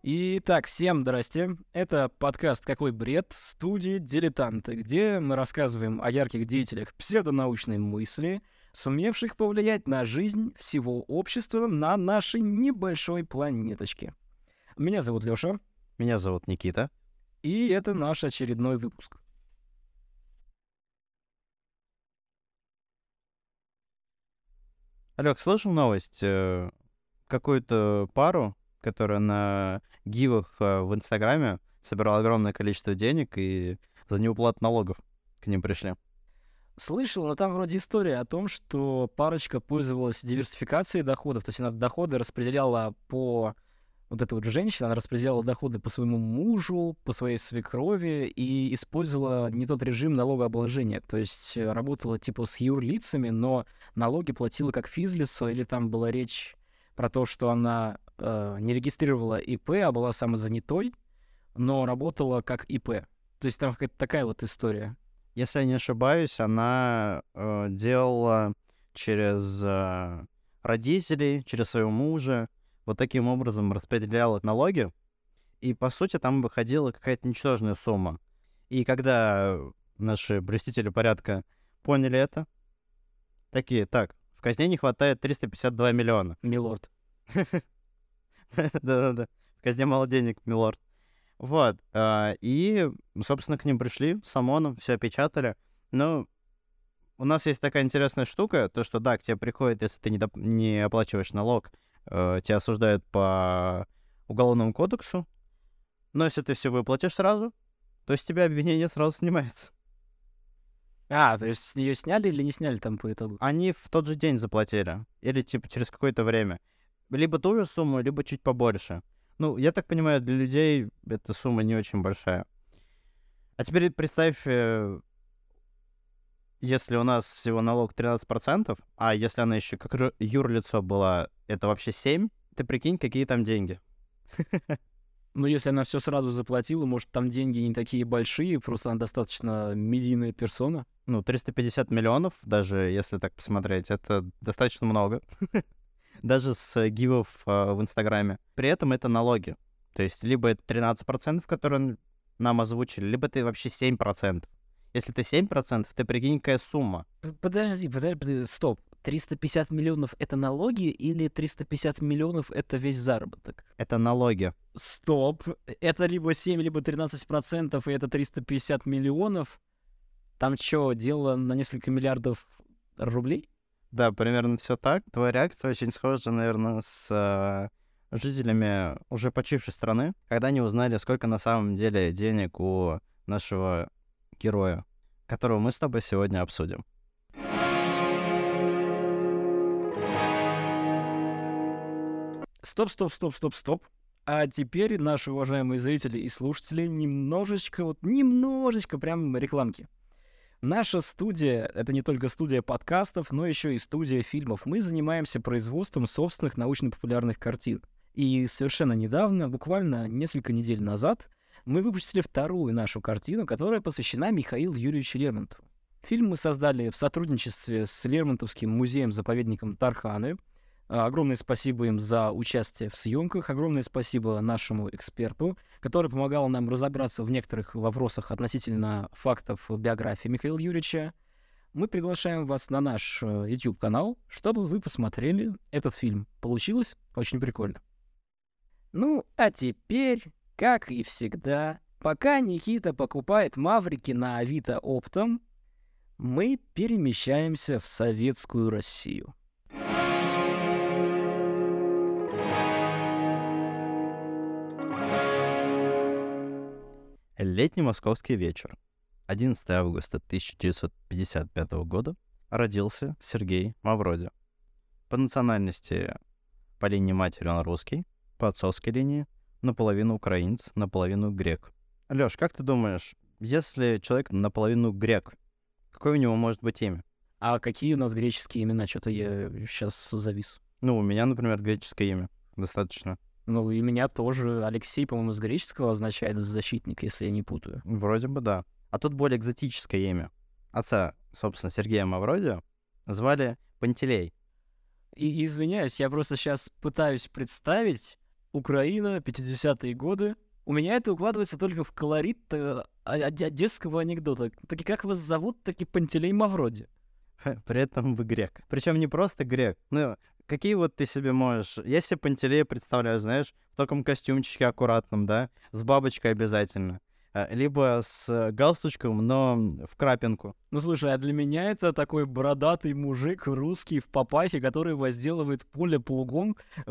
Итак, всем здрасте. Это подкаст «Какой бред» студии «Дилетанты», где мы рассказываем о ярких деятелях псевдонаучной мысли, сумевших повлиять на жизнь всего общества на нашей небольшой планеточке. Меня зовут Лёша, Меня зовут Никита. и это наш очередной выпуск. Алёк, слышал новость? Какую-то пару, которая на гивах в Инстаграме собирала огромное количество денег, и за неуплату налогов к ним пришли. Слышал, но там вроде история о том, что парочка пользовалась диверсификацией доходов, то есть она доходы распределяла по... Вот эта вот женщина, она распределяла доходы по своему мужу, по своей свекрови и использовала не тот режим налогообложения. То есть работала типа с юрлицами, но налоги платила как физлицо, или там была речь про то, что она не регистрировала ИП, а была самозанятой, но работала как ИП. То есть там какая-то такая вот история. Если я не ошибаюсь, она делала через родителей, через своего мужа, вот таким образом распределяла налоги, и, по сути, там выходила какая-то ничтожная сумма. И когда наши блюстители порядка поняли это, такие, так, в казне не хватает 352 миллиона. Милорд. Да-да-да, в казне мало денег, милорд. Вот, и, собственно, к ним пришли с ОМОНом, все опечатали. Но у нас есть такая интересная штука, то, что, да, к тебе приходит, если ты не оплачиваешь налог, тебя осуждают по Уголовному кодексу, но если ты все выплатишь сразу, то с тебя обвинение сразу снимается. То есть с нее сняли или не сняли там по итогу? Они в тот же день заплатили, или, типа, через какое-то время. Либо ту же сумму, либо чуть побольше. Ну, я так понимаю, для людей эта сумма не очень большая. А теперь представь, если у нас всего налог 13%, а если она еще как юрлицо была, это вообще 7%, ты прикинь, какие там деньги. Ну, если она все сразу заплатила, может, там деньги не такие большие, просто она достаточно медийная персона. Ну, 350 миллионов, даже если так посмотреть, это достаточно много. Даже с гивов в Инстаграме. При этом это налоги. То есть либо это 13%, которые нам озвучили, либо это вообще 7%. Если ты 7%, ты прикинь, какая сумма. Подожди, стоп. 350 миллионов — это налоги или 350 миллионов — это весь заработок? Это налоги. Стоп. Это либо 7, либо 13%, и это 350 миллионов. Там что, дело на несколько миллиардов рублей? Да, примерно все так. Твоя реакция очень схожа, наверное, с жителями уже почившей страны, когда они узнали, сколько на самом деле денег у нашего героя, которого мы с тобой сегодня обсудим. Стоп. А теперь наши уважаемые зрители и слушатели немножечко прям рекламки. Наша студия — это не только студия подкастов, но еще и студия фильмов. Мы занимаемся производством собственных научно-популярных картин. И совершенно недавно, буквально несколько недель назад, мы выпустили вторую нашу картину, которая посвящена Михаилу Юрьевичу Лермонтову. Фильм мы создали в сотрудничестве с Лермонтовским музеем-заповедником Тарханы. Огромное спасибо им за участие в съемках. Огромное спасибо нашему эксперту, который помогал нам разобраться в некоторых вопросах относительно фактов биографии Михаила Юрьевича. Мы приглашаем вас на наш YouTube-канал, чтобы вы посмотрели этот фильм. Получилось очень прикольно. Ну, а теперь, как и всегда, пока Никита покупает маврики на Авито оптом, мы перемещаемся в советскую Россию. Летний московский вечер. 11 августа 1955 года родился Сергей Мавроди. По национальности, по линии матери он русский, по отцовской линии наполовину украинец, наполовину грек. Лёш, как ты думаешь, если человек наполовину грек, какое у него может быть имя? А какие у нас греческие имена? Что-то я сейчас завис. Ну, у меня, например, греческое имя. Достаточно. Ну, и меня тоже. Алексей, по-моему, с греческого означает защитник, если я не путаю. Вроде бы да. А тут более экзотическое имя. Отца, собственно, Сергея Мавроди звали Пантелей. И извиняюсь, я просто сейчас пытаюсь представить, Украина, 50-е годы. У меня это укладывается только в колорит одесского анекдота. Таки как вас зовут, таки Пантелей Мавроди. При этом вы грек. Причем не просто грек. Ну, какие вот ты себе можешь... Я себе Пантелея представляю, знаешь, в таком костюмчике аккуратном, да, с бабочкой обязательно. Либо с галстучком, но в крапинку. Ну слушай, а для меня это такой бородатый мужик русский в папахе, который возделывает поле плугом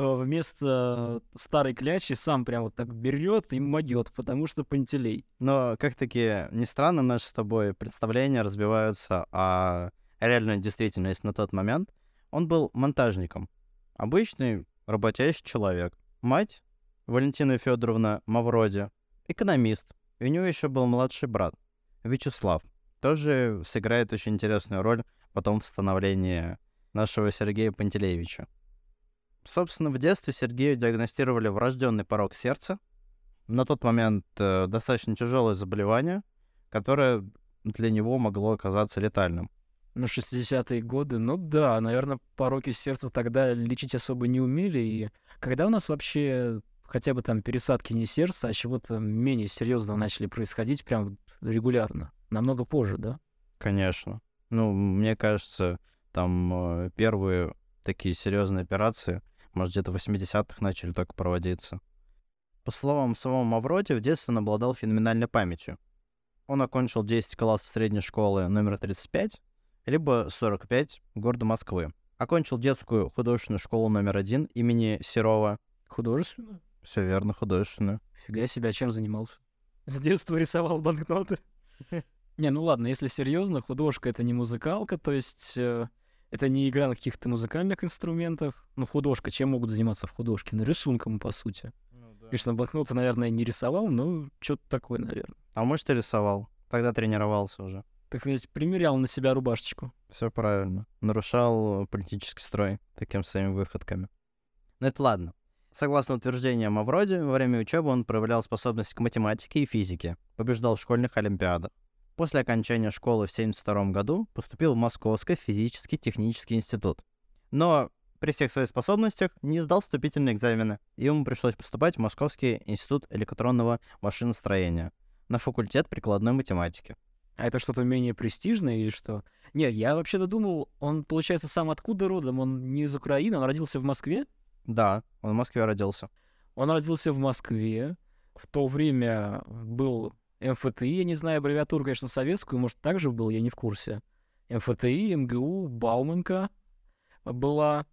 вместо старой клячи, сам прям вот так берет и могет, потому что Пантелей. Но, как-таки, не странно, наши с тобой представления разбиваются о реальной действительности на тот момент. Он был монтажником. Обычный работящий человек. Мать, Валентина Федоровна Мавроди, экономист. И у него еще был младший брат, Вячеслав. Тоже сыграет очень интересную роль потом в становлении нашего Сергея Пантелеевича. Собственно, в детстве Сергею диагностировали врожденный порок сердца. На тот момент достаточно тяжелое заболевание, которое для него могло оказаться летальным. На 60-е годы, ну да, наверное, пороки сердца тогда лечить особо не умели. И когда у нас вообще хотя бы там пересадки не сердца, а чего-то менее серьезного начали происходить прям регулярно? Намного позже, да? Конечно. Ну, мне кажется, там первые такие серьезные операции, может, где-то в 80-х начали только проводиться. По словам самого Мавроди, в детстве он обладал феноменальной памятью. Он окончил 10 классов средней школы номер 35, либо 45 города Москвы. Окончил детскую художественную школу номер 1 имени Серова. Художественно? Все верно, художественную. Фига себя, чем занимался? С детства рисовал банкноты. Не, ну ладно, если серьезно, художка — это не музыкалка, то есть это не игра на каких-то музыкальных инструментах. Ну, художка, чем могут заниматься в художке? Ну, рисунком, по сути. Конечно, банкноты, наверное, не рисовал, но что-то такое, наверное. А может, и рисовал. Тогда тренировался уже. Так сказать, примерял на себя рубашечку. Все правильно. Нарушал политический строй такими своими выходками. Но это ладно. Согласно утверждениям Мавроди, во время учебы он проявлял способность к математике и физике, побеждал в школьных олимпиадах. После окончания школы в 1972 году поступил в Московский физический технический институт. Но при всех своих способностях не сдал вступительные экзамены, и ему пришлось поступать в Московский институт электронного машиностроения на факультет прикладной математики. А это что-то менее престижное или что? Нет, я вообще-то думал, он, получается, сам откуда родом? Он не из Украины, он родился в Москве? Да, он в Москве родился. Он родился в Москве. В то время был МФТИ, я не знаю аббревиатуру, конечно, советскую, может, также был, я не в курсе. МФТИ, МГУ, Бауманка была.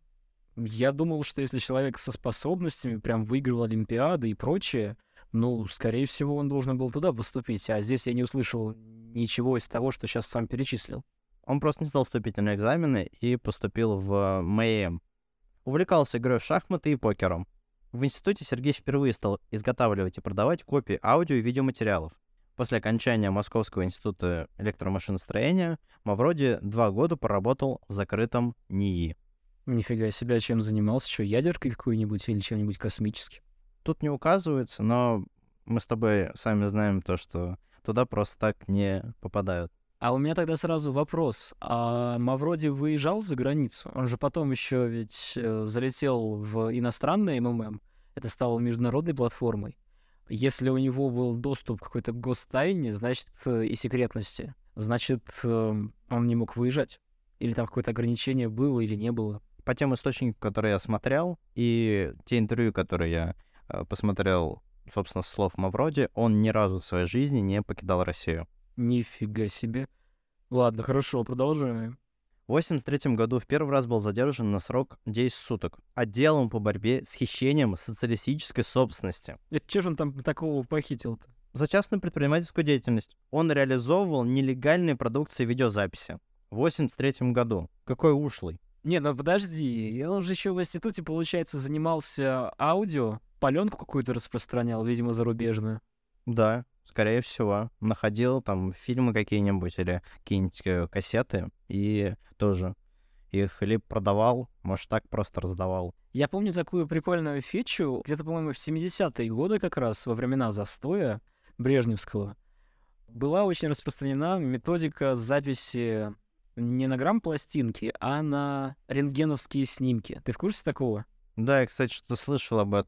Я думал, что если человек со способностями прям выигрывал Олимпиады и прочее, ну, скорее всего, он должен был туда поступить. А здесь я не услышал ничего из того, что сейчас сам перечислил. Он просто не сдал вступительные экзамены и поступил в МЭМ. Увлекался игрой в шахматы и покером. В институте Сергей впервые стал изготавливать и продавать копии аудио и видеоматериалов. После окончания Московского института электромашиностроения Мавроди 2 года проработал в закрытом НИИ. Нифига себе, чем занимался? Что, ядеркой какой-нибудь или чем-нибудь космическим? Тут не указывается, но мы с тобой сами знаем то, что туда просто так не попадают. А у меня тогда сразу вопрос. А Мавроди выезжал за границу? Он же потом еще ведь залетел в иностранный МММ. Это стало международной платформой. Если у него был доступ к какой-то гостайне, значит, и секретности, значит, он не мог выезжать. Или там какое-то ограничение было или не было. По тем источникам, которые я смотрел, и те интервью, которые я посмотрел, собственно, с слов Мавроди, он ни разу в своей жизни не покидал Россию. Нифига себе. Ладно, хорошо, продолжаем. В 1983 году в первый раз был задержан на срок 10 суток отделом по борьбе с хищением социалистической собственности. Это что же он там такого похитил-то? За частную предпринимательскую деятельность. Он реализовывал нелегальные продукции видеозаписи. В 1983 году. Какой ушлый. Не, ну подожди, он же еще в институте, получается, занимался аудио, паленку какую-то распространял, видимо, зарубежную. Да, скорее всего. Находил там фильмы какие-нибудь или какие-нибудь кассеты и тоже их либо продавал, может, так просто раздавал. Я помню такую прикольную фичу, где-то, по-моему, в 70-е годы как раз, во времена застоя брежневского, была очень распространена методика записи не на грамм-пластинки, а на рентгеновские снимки. Ты в курсе такого? Да, я, кстати, что-то слышал об этом.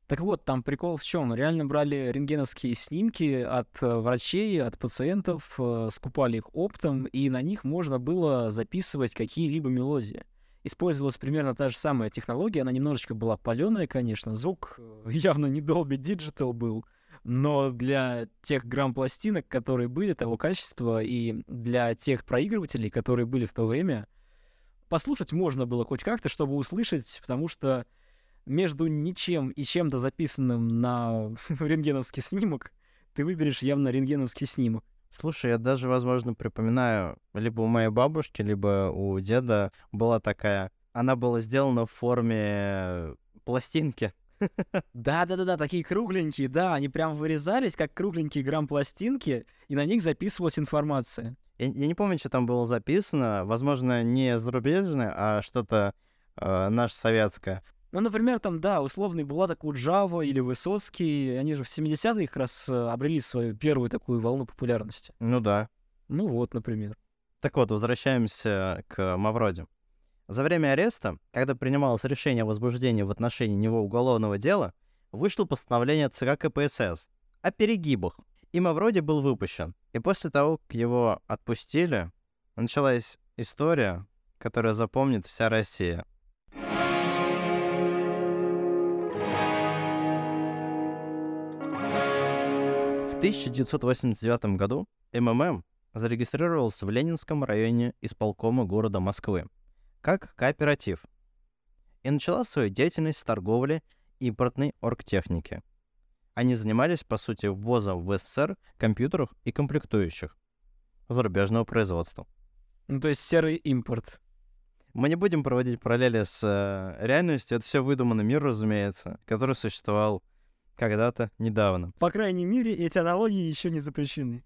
Так вот, там прикол в чем? Реально брали рентгеновские снимки от врачей, от пациентов, скупали их оптом, и на них можно было записывать какие-либо мелодии. Использовалась примерно та же самая технология, она немножечко была палёная, конечно, звук явно не Dolby Digital был, но для тех грамм-пластинок, которые были, того качества, и для тех проигрывателей, которые были в то время, послушать можно было хоть как-то, чтобы услышать, потому что между ничем и чем-то записанным на рентгеновский снимок ты выберешь явно рентгеновский снимок. Слушай, я даже, возможно, припоминаю, либо у моей бабушки, либо у деда была такая. Она была сделана в форме пластинки. Да-да-да-да, такие кругленькие, да, они прям вырезались, как кругленькие грамм-пластинки, и на них записывалась информация. Я не помню, что там было записано. Возможно, не зарубежное, а что-то наше советское. Ну, например, там, да, условный Булат Акуджава или Высоцкий, они же в 70-е как раз обрели свою первую такую волну популярности. Ну да. Ну вот, например. Так вот, возвращаемся к Мавроди. За время ареста, когда принималось решение о возбуждении в отношении него уголовного дела, вышло постановление ЦК КПСС о перегибах, и Мавроди был выпущен. И после того, как его отпустили, началась история, которую запомнит вся Россия. В 1989 году МММ зарегистрировался в Ленинском районе исполкома города Москвы как кооператив и начала свою деятельность с торговли импортной оргтехники. Они занимались, по сути, ввозом в СССР компьютеров и комплектующих зарубежного производства. Ну, то есть серый импорт. Мы не будем проводить параллели с реальностью, это все выдуманный мир, разумеется, который существовал когда-то недавно. По крайней мере, эти аналогии еще не запрещены.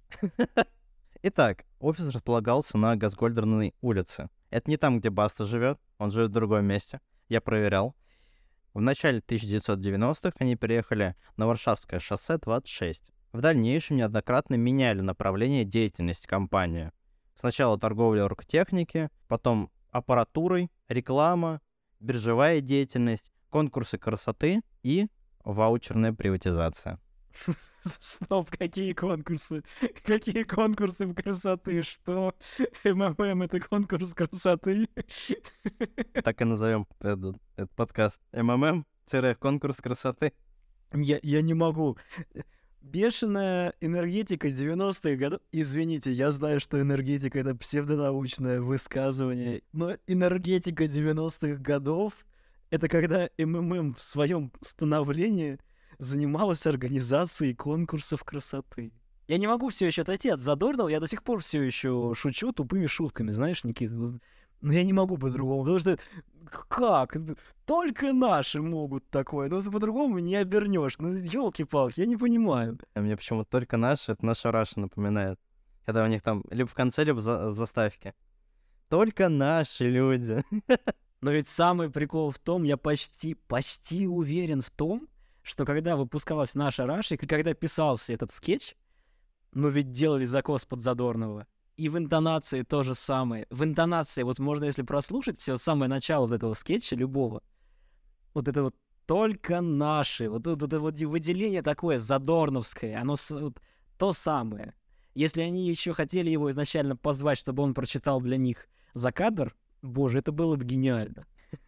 Итак, офис располагался на Газгольдерной улице. Это не там, где Баста живет, он живет в другом месте. Я проверял. В начале 1990-х они переехали на Варшавское шоссе 26. В дальнейшем неоднократно меняли направление деятельности компании. Сначала торговля оргтехники, потом аппаратурой, реклама, биржевая деятельность, конкурсы красоты и ваучерная приватизация. Стоп, какие конкурсы? Какие конкурсы в красоты? Что? МММ — это конкурс красоты? Так и назовем этот подкаст. МММ-конкурс красоты. Я не могу. Бешеная энергетика 90-х годов. Извините, я знаю, что энергетика — это псевдонаучное высказывание, но энергетика 90-х годов — это когда МММ в своем становлении занималась организацией конкурсов красоты. Я не могу все еще отойти от Задорнова, я до сих пор все еще шучу тупыми шутками, знаешь, Никита. Но я не могу по-другому, потому что как? Только наши могут такое, но по-другому не обернешь. Ну, елки-палки, я не понимаю. Мне почему-то только наши, это наша Раша напоминает. Когда у них там либо в конце, либо в заставке. Только наши люди. Но ведь самый прикол в том, я почти уверен в том, что когда выпускалась наша Раша, и когда писался этот скетч, ну ведь делали закос под Задорнова, и в интонации то же самое. В интонации, вот можно, если прослушать все самое начало вот этого скетча, любого, вот это вот только наши, вот это вот выделение такое задорновское, оно вот, то самое. Если они еще хотели его изначально позвать, чтобы он прочитал для них за кадр, боже, это было бы гениально.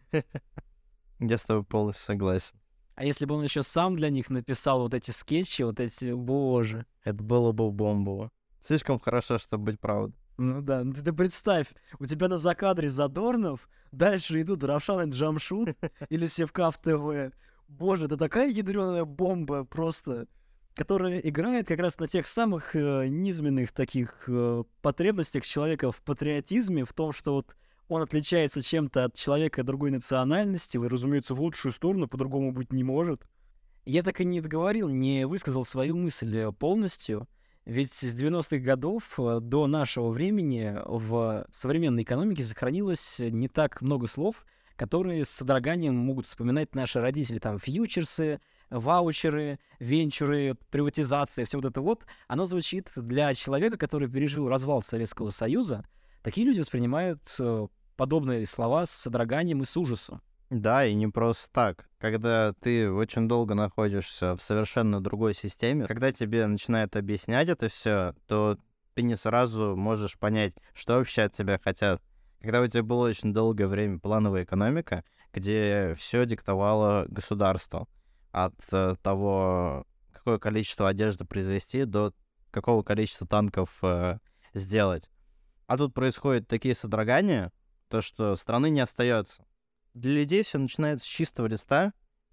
Я с тобой полностью согласен. А если бы он еще сам для них написал вот эти скетчи, вот эти, боже. Это было бы бомбово. Слишком хорошо, чтобы быть правдой. Ну да, ты представь, у тебя на закадре Задорнов, дальше идут Равшан и Джамшут или Севкав ТВ. Боже, это такая ядреная бомба просто, которая играет как раз на тех самых низменных таких потребностях человека в патриотизме, в том, что вот он отличается чем-то от человека другой национальности, и, разумеется, в лучшую сторону, по-другому быть не может. Я так и не договорил, не высказал свою мысль полностью, ведь с 90-х годов до нашего времени в современной экономике сохранилось не так много слов, которые с содроганием могут вспоминать наши родители. Там фьючерсы, ваучеры, венчуры, приватизация, все вот это вот. Оно звучит для человека, который пережил развал Советского Союза. Такие люди воспринимают подобные слова с содроганием и с ужасом. Да, и не просто так. Когда ты очень долго находишься в совершенно другой системе, когда тебе начинают объяснять это все, то ты не сразу можешь понять, что вообще от тебя хотят. Когда у тебя было очень долгое время плановая экономика, где все диктовало государство, от того, какое количество одежды произвести, до какого количества танков сделать. А тут происходят такие содрогания, то, что страны не остается. Для людей все начинается с чистого листа,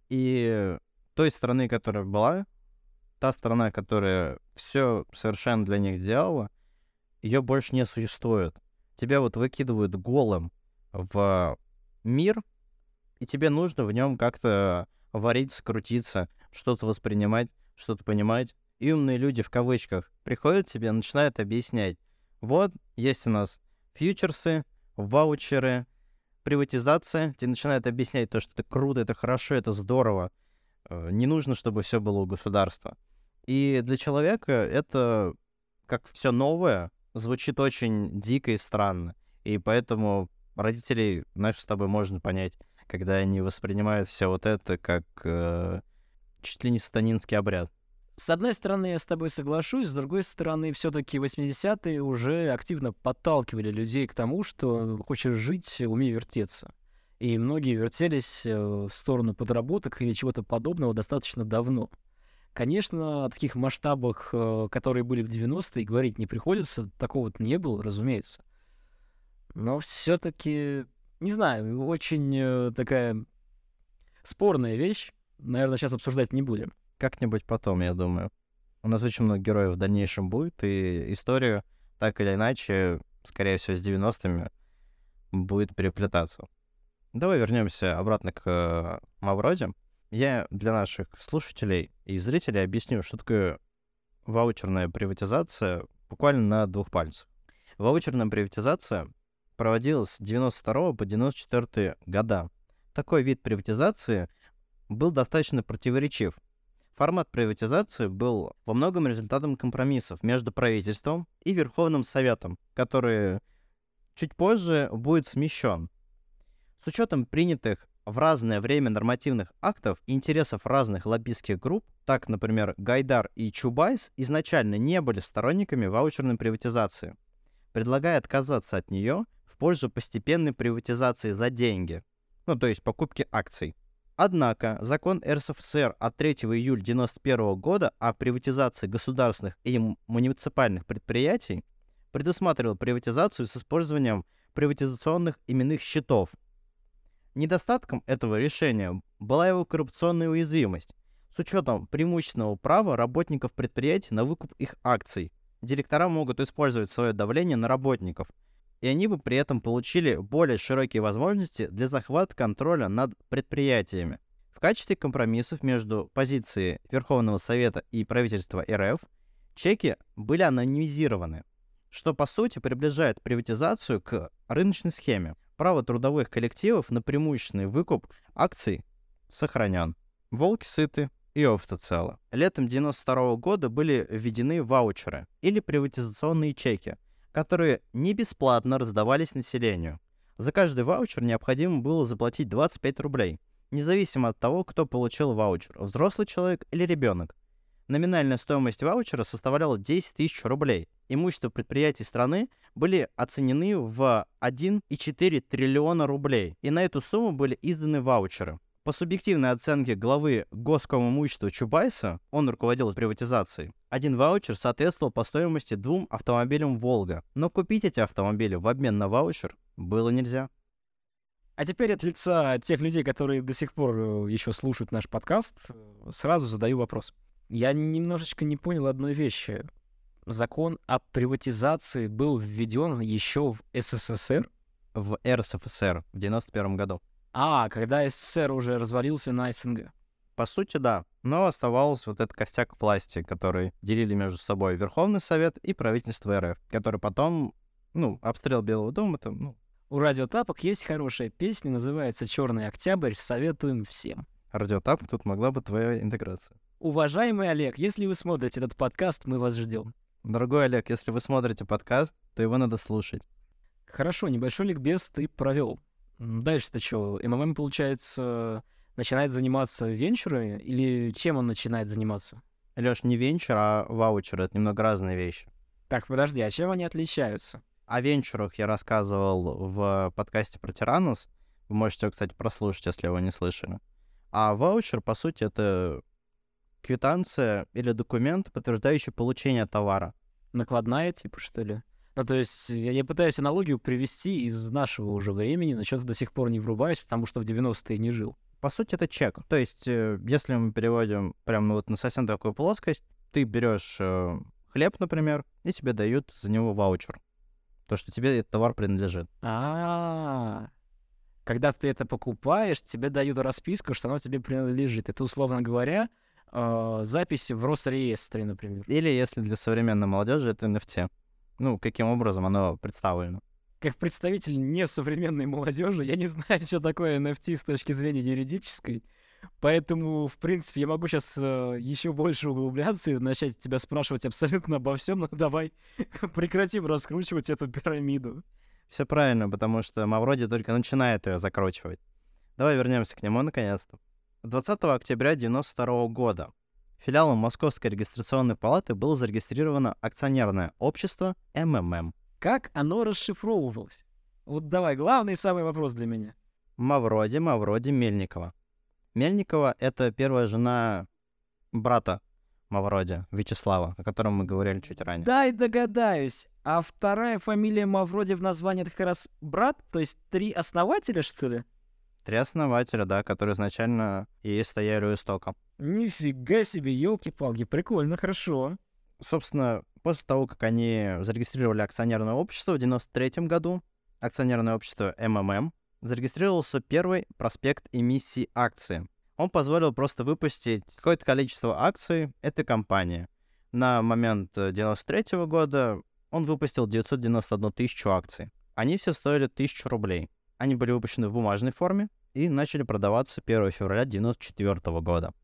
и той страны, которая была, та страна, которая все совершенно для них делала, ее больше не существует. Тебя вот выкидывают голым в мир, и тебе нужно в нем как-то варить, скрутиться, что-то воспринимать, что-то понимать. И умные люди в кавычках приходят тебе, начинают объяснять. Вот, есть у нас фьючерсы, ваучеры, приватизация. Тебе начинают объяснять то, что это круто, это хорошо, это здорово. Не нужно, чтобы все было у государства. И для человека это, как все новое, звучит очень дико и странно. И поэтому родителей наших с тобой можно понять, когда они воспринимают все вот это как чуть ли не сатанинский обряд. С одной стороны, я с тобой соглашусь, с другой стороны, все-таки 80-е уже активно подталкивали людей к тому, что хочешь жить, умей вертеться. И многие вертелись в сторону подработок или чего-то подобного достаточно давно. Конечно, о таких масштабах, которые были в 90-е, говорить не приходится, такого-то не было, разумеется. Но все-таки, не знаю, очень такая спорная вещь. Наверное, сейчас обсуждать не будем. Как-нибудь потом, я думаю. У нас очень много героев в дальнейшем будет, и история, так или иначе, скорее всего, с 90-ми будет переплетаться. Давай вернемся обратно к Мавроди. Я для наших слушателей и зрителей объясню, что такое ваучерная приватизация буквально на двух пальцах. Ваучерная приватизация проводилась с 92 по 94 года. Такой вид приватизации был достаточно противоречив. Формат приватизации был во многом результатом компромиссов между правительством и Верховным Советом, который чуть позже будет смещен. С учетом принятых в разное время нормативных актов и интересов разных лоббистских групп, так, например, Гайдар и Чубайс изначально не были сторонниками ваучерной приватизации, предлагая отказаться от нее в пользу постепенной приватизации за деньги, то есть покупки акций. Однако закон РСФСР от 3 июля 1991 года о приватизации государственных и муниципальных предприятий предусматривал приватизацию с использованием приватизационных именных счетов. Недостатком этого решения была его коррупционная уязвимость. С учетом преимущественного права работников предприятий на выкуп их акций, директора могут использовать свое давление на работников, и они бы при этом получили более широкие возможности для захвата контроля над предприятиями. В качестве компромиссов между позицией Верховного Совета и правительства РФ чеки были анонимизированы, что по сути приближает приватизацию к рыночной схеме. Право трудовых коллективов на преимущественный выкуп акций сохранен. Волки сыты и овцы целы. Летом 1992 года были введены ваучеры или приватизационные чеки, которые не бесплатно раздавались населению. За каждый ваучер необходимо было заплатить 25 рублей, независимо от того, кто получил ваучер, взрослый человек или ребенок. Номинальная стоимость ваучера составляла 10 тысяч рублей. Имущество предприятий страны были оценены в 1,4 триллиона рублей, и на эту сумму были изданы ваучеры. По субъективной оценке главы Госкомимущества Чубайса, он руководил приватизацией, один ваучер соответствовал по стоимости 2 автомобилям «Волга». Но купить эти автомобили в обмен на ваучер было нельзя. А теперь от лица тех людей, которые до сих пор еще слушают наш подкаст, сразу задаю вопрос. Я немножечко не понял одной вещи. Закон о приватизации был введен еще в СССР? В РСФСР в 1991 году. Когда СССР уже развалился на СНГ. По сути, да. Но оставался вот этот костяк власти, который делили между собой Верховный Совет и правительство РФ, который потом, обстрел Белого дома, У Радио Тапок есть хорошая песня, называется «Черный октябрь», советуем всем. Радио Тапок, тут могла бы твоя интеграция. Уважаемый Олег, если вы смотрите этот подкаст, мы вас ждем. Дорогой Олег, если вы смотрите подкаст, то его надо слушать. Хорошо, небольшой ликбез ты провел. Дальше-то что? МММ, получается, начинает заниматься венчурами? Или чем он начинает заниматься? Лёш, не венчур, а ваучер — это немного разные вещи. Так, подожди, а чем они отличаются? О венчурах я рассказывал в подкасте про Тиранос. Вы можете его, кстати, прослушать, если его не слышали. А ваучер, по сути, это квитанция или документ, подтверждающий получение товара. Накладная, типа, что ли? Ну, то есть я пытаюсь аналогию привести из нашего уже времени, но что-то до сих пор не врубаюсь, потому что в 90-е не жил. По сути, это чек. То есть, если мы переводим прямо вот на совсем такую плоскость, ты берешь хлеб, например, и тебе дают за него ваучер. То, что тебе этот товар принадлежит. Когда ты это покупаешь, тебе дают расписку, что оно тебе принадлежит. Это, условно говоря, запись в Росреестре, например. Или, если для современной молодежи, это NFT. Ну, каким образом оно представлено. Как представитель несовременной молодежи, я не знаю, что такое NFT с точки зрения юридической. Поэтому, в принципе, я могу сейчас еще больше углубляться и начать тебя спрашивать абсолютно обо всем, но давай прекратим раскручивать эту пирамиду. Все правильно, потому что Мавроди только начинает ее закручивать. Давай вернемся к нему наконец-то. 20 октября 1992 года филиалом Московской регистрационной палаты было зарегистрировано акционерное общество МММ. Как оно расшифровывалось? Вот давай, главный самый вопрос для меня. Мавроди Мельникова. Мельникова — это первая жена брата Мавроди, Вячеслава, о котором мы говорили чуть ранее. Дай догадаюсь. А вторая фамилия Мавроди в названии — это как раз брат? То есть 3 основателя, что ли? 3 основателя, да, которые изначально и стояли у истока. Нифига себе, елки-палки, прикольно, хорошо. Собственно, после того, как они зарегистрировали акционерное общество в 1993 году, акционерное общество МММ, зарегистрировался первый проспект эмиссии акций. Он позволил просто выпустить какое-то количество акций этой компании. На момент 1993 года он выпустил 991 тысячу акций. Они все стоили 1000 рублей. Они были выпущены в бумажной форме и начали продаваться 1 февраля 1994 года.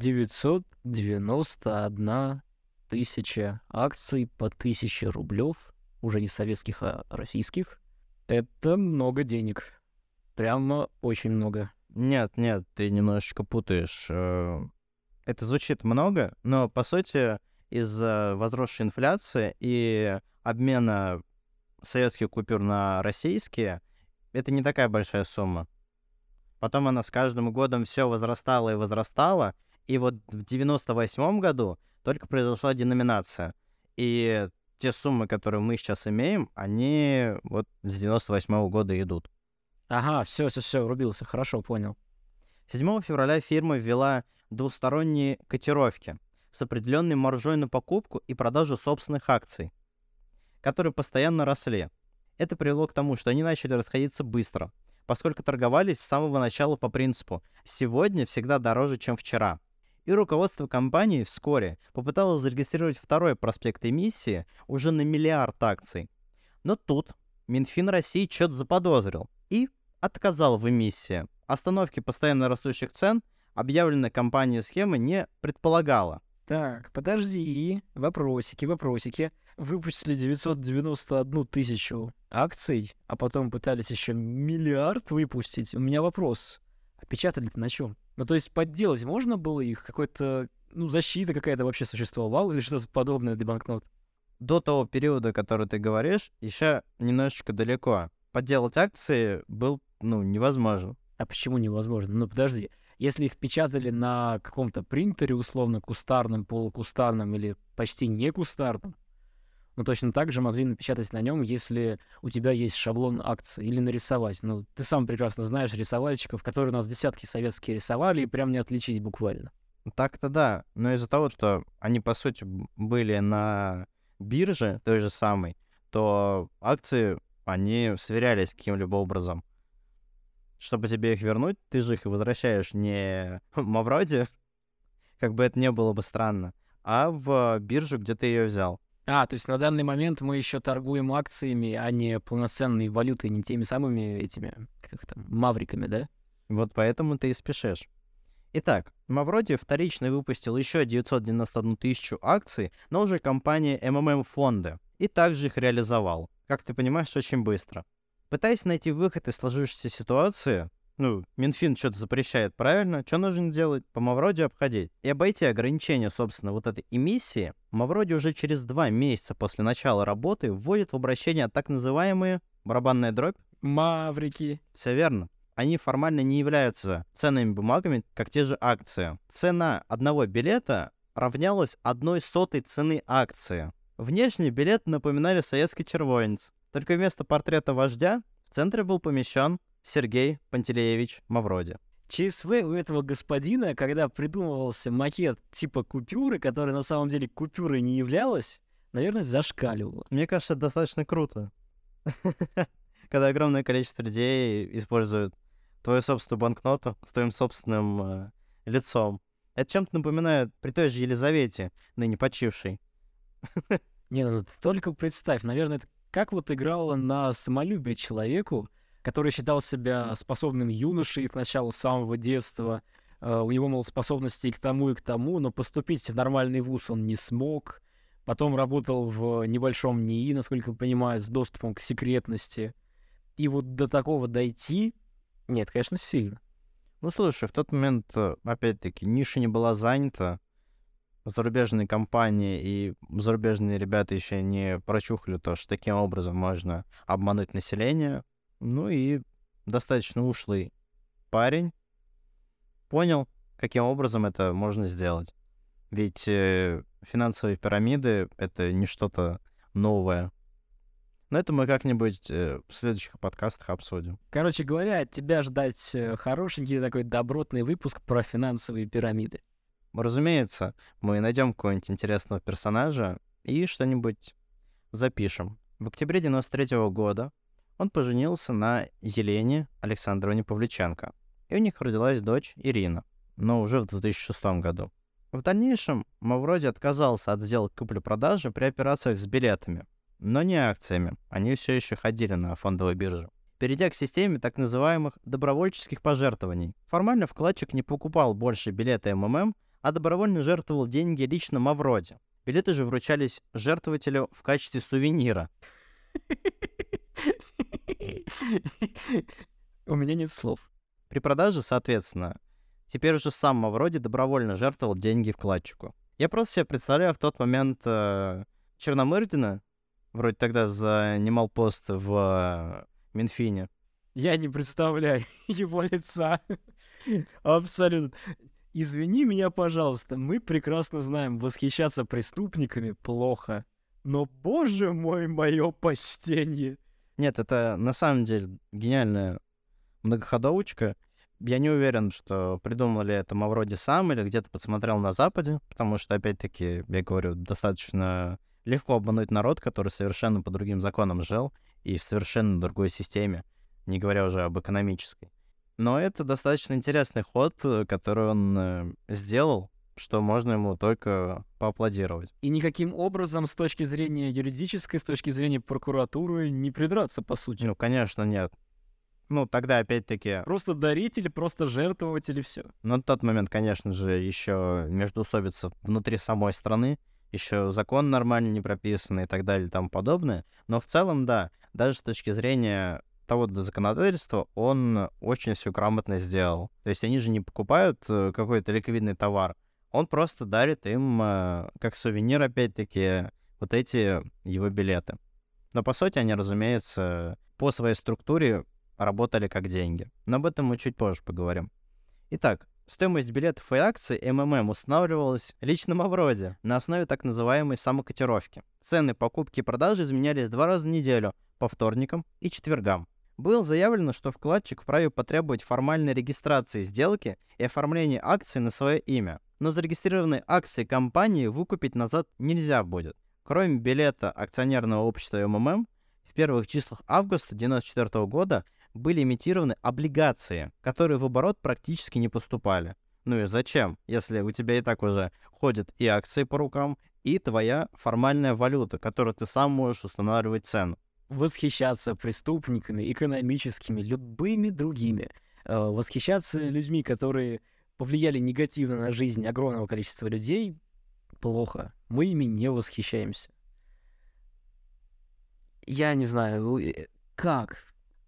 991 тысяча акций по 1000 рублев, уже не советских, а российских. Это много денег. Прямо очень много. Нет, ты немножечко путаешь. Это звучит много, но, по сути, из-за возросшей инфляции и обмена советских купюр на российские, это не такая большая сумма. Потом она с каждым годом все возрастала и возрастала, и вот в 98 году только произошла деноминация. И те суммы, которые мы сейчас имеем, они вот с 98 года идут. Ага, все, врубился, хорошо, понял. 7 февраля фирма ввела двусторонние котировки с определенной маржой на покупку и продажу собственных акций, которые постоянно росли. Это привело к тому, что они начали расходиться быстро, поскольку торговались с самого начала по принципу «сегодня всегда дороже, чем вчера». И руководство компании вскоре попыталось зарегистрировать второй проспект эмиссии уже на 1 миллиард акций. Но тут Минфин России что-то заподозрил и отказал в эмиссии. Остановки постоянно растущих цен объявленная компанией схемы не предполагала. Так, подожди, вопросики. Выпустили 991 тысячу акций, а потом пытались еще 1 миллиард выпустить. У меня вопрос. А печатали-то на чем? Ну, то есть подделать можно было их? Какой-то, защита какая-то вообще существовала или что-то подобное для банкнот? До того периода, который ты говоришь, еще немножечко далеко. Подделать акции был, невозможно. А почему невозможно? Ну, подожди. Если их печатали на каком-то принтере, условно, кустарном, полукустарном или почти не кустарном, точно так же могли напечатать на нем, если у тебя есть шаблон акций, или нарисовать. Ты сам прекрасно знаешь рисовальщиков, которые у нас десятки советские рисовали, и прям не отличить буквально. Так-то да, но из-за того, что они, по сути, были на бирже той же самой, то акции, они сверялись каким-либо образом. Чтобы тебе их вернуть, ты же их возвращаешь не в Мавроди, как бы это не было бы странно, а в биржу, где ты ее взял. То есть на данный момент мы еще торгуем акциями, а не полноценной валютой, не теми самыми этими, мавриками, да? Вот поэтому ты и спешишь. Итак, Мавроди вторично выпустил еще 991 тысячу акций, но уже компания МММ Фонды, и также их реализовал. Как ты понимаешь, очень быстро. Пытаясь найти выход из сложившейся ситуации, Минфин что-то запрещает, правильно? Что нужно делать? По Мавроди обходить. И обойти ограничения, собственно, вот этой эмиссии, Мавроди уже через 2 месяца после начала работы вводит в обращение так называемые барабанная дробь. Маврики. Все верно. Они формально не являются ценными бумагами, как те же акции. Цена одного билета равнялась 1/100 цены акции. Внешне билеты напоминали советский червонец. Только вместо портрета вождя в центре был помещен Сергей Пантелеевич Мавроди. ЧСВ у этого господина, когда придумывался макет типа купюры, которая на самом деле купюрой не являлась, наверное, зашкаливало. Мне кажется, это достаточно круто. Когда огромное количество людей используют твою собственную банкноту с твоим собственным лицом. Это чем-то напоминает при той же Елизавете, ныне почившей. Не, ну ты только представь, наверное, это как вот играло на самолюбие человеку, который считал себя способным юношей сначала с самого детства. У него, мол, способности и к тому, но поступить в нормальный вуз он не смог. Потом работал в небольшом НИИ, насколько я понимаю, с доступом к секретности. И вот до такого дойти... Нет, конечно, сильно. Слушай, в тот момент, опять-таки, ниша не была занята. Зарубежные компании и зарубежные ребята еще не прочухали то, что таким образом можно обмануть население. И достаточно ушлый парень понял, каким образом это можно сделать. Ведь финансовые пирамиды — это не что-то новое. Но это мы как-нибудь в следующих подкастах обсудим. Короче говоря, от тебя ждать хорошенький такой добротный выпуск про финансовые пирамиды. Разумеется, мы найдем какого-нибудь интересного персонажа и что-нибудь запишем. В октябре 93 года он поженился на Елене Александровне Павличенко. И у них родилась дочь Ирина, но уже в 2006 году. В дальнейшем Мавроди отказался от сделок купли-продажи при операциях с билетами, но не акциями. Они все еще ходили на фондовой бирже. Перейдя к системе так называемых добровольческих пожертвований. Формально вкладчик не покупал больше билеты МММ, а добровольно жертвовал деньги лично Мавроди. Билеты же вручались жертвователю в качестве сувенира. У меня нет слов. При продаже, соответственно, теперь уже сам Мавроди добровольно жертвовал деньги вкладчику. Я просто себе представляю в тот момент Черномырдина, вроде тогда занимал пост в Минфине. Я не представляю его лица. Абсолютно. Извини меня, пожалуйста, мы прекрасно знаем, восхищаться преступниками плохо. Но, боже мой, мое почтение. Нет, это на самом деле гениальная многоходовочка. Я не уверен, что придумал ли это Мавроди сам или где-то подсмотрел на Западе, потому что, опять-таки, я говорю, достаточно легко обмануть народ, который совершенно по другим законам жил и в совершенно другой системе, не говоря уже об экономической. Но это достаточно интересный ход, который он сделал, что можно ему только поаплодировать. И никаким образом с точки зрения юридической, с точки зрения прокуратуры не придраться, по сути. Конечно, нет. Тогда опять-таки... Просто даритель, просто жертвователь и все. Но в тот момент, конечно же, еще междоусобица внутри самой страны, еще закон нормально не прописан и так далее и тому подобное. Но в целом, да, даже с точки зрения того законодательства он очень все грамотно сделал. То есть они же не покупают какой-то ликвидный товар. Он просто дарит им, как сувенир, опять-таки, вот эти его билеты. Но, по сути, они, разумеется, по своей структуре работали как деньги. Но об этом мы чуть позже поговорим. Итак, стоимость билетов и акций МММ устанавливалась лично Мавроди на основе так называемой самокотировки. Цены покупки и продажи изменялись 2 раза в неделю, по вторникам и четвергам. Было заявлено, что вкладчик вправе потребовать формальной регистрации сделки и оформления акций на свое имя. Но зарегистрированные акции компании выкупить назад нельзя будет. Кроме билета акционерного общества МММ, в первых числах августа 1994 года были имитированы облигации, которые в оборот практически не поступали. И зачем, если у тебя и так уже ходят и акции по рукам, и твоя формальная валюта, которую ты сам можешь устанавливать цену. Восхищаться преступниками, экономическими, любыми другими. Восхищаться людьми, которые повлияли негативно на жизнь огромного количества людей, плохо. Мы ими не восхищаемся. Я не знаю, как?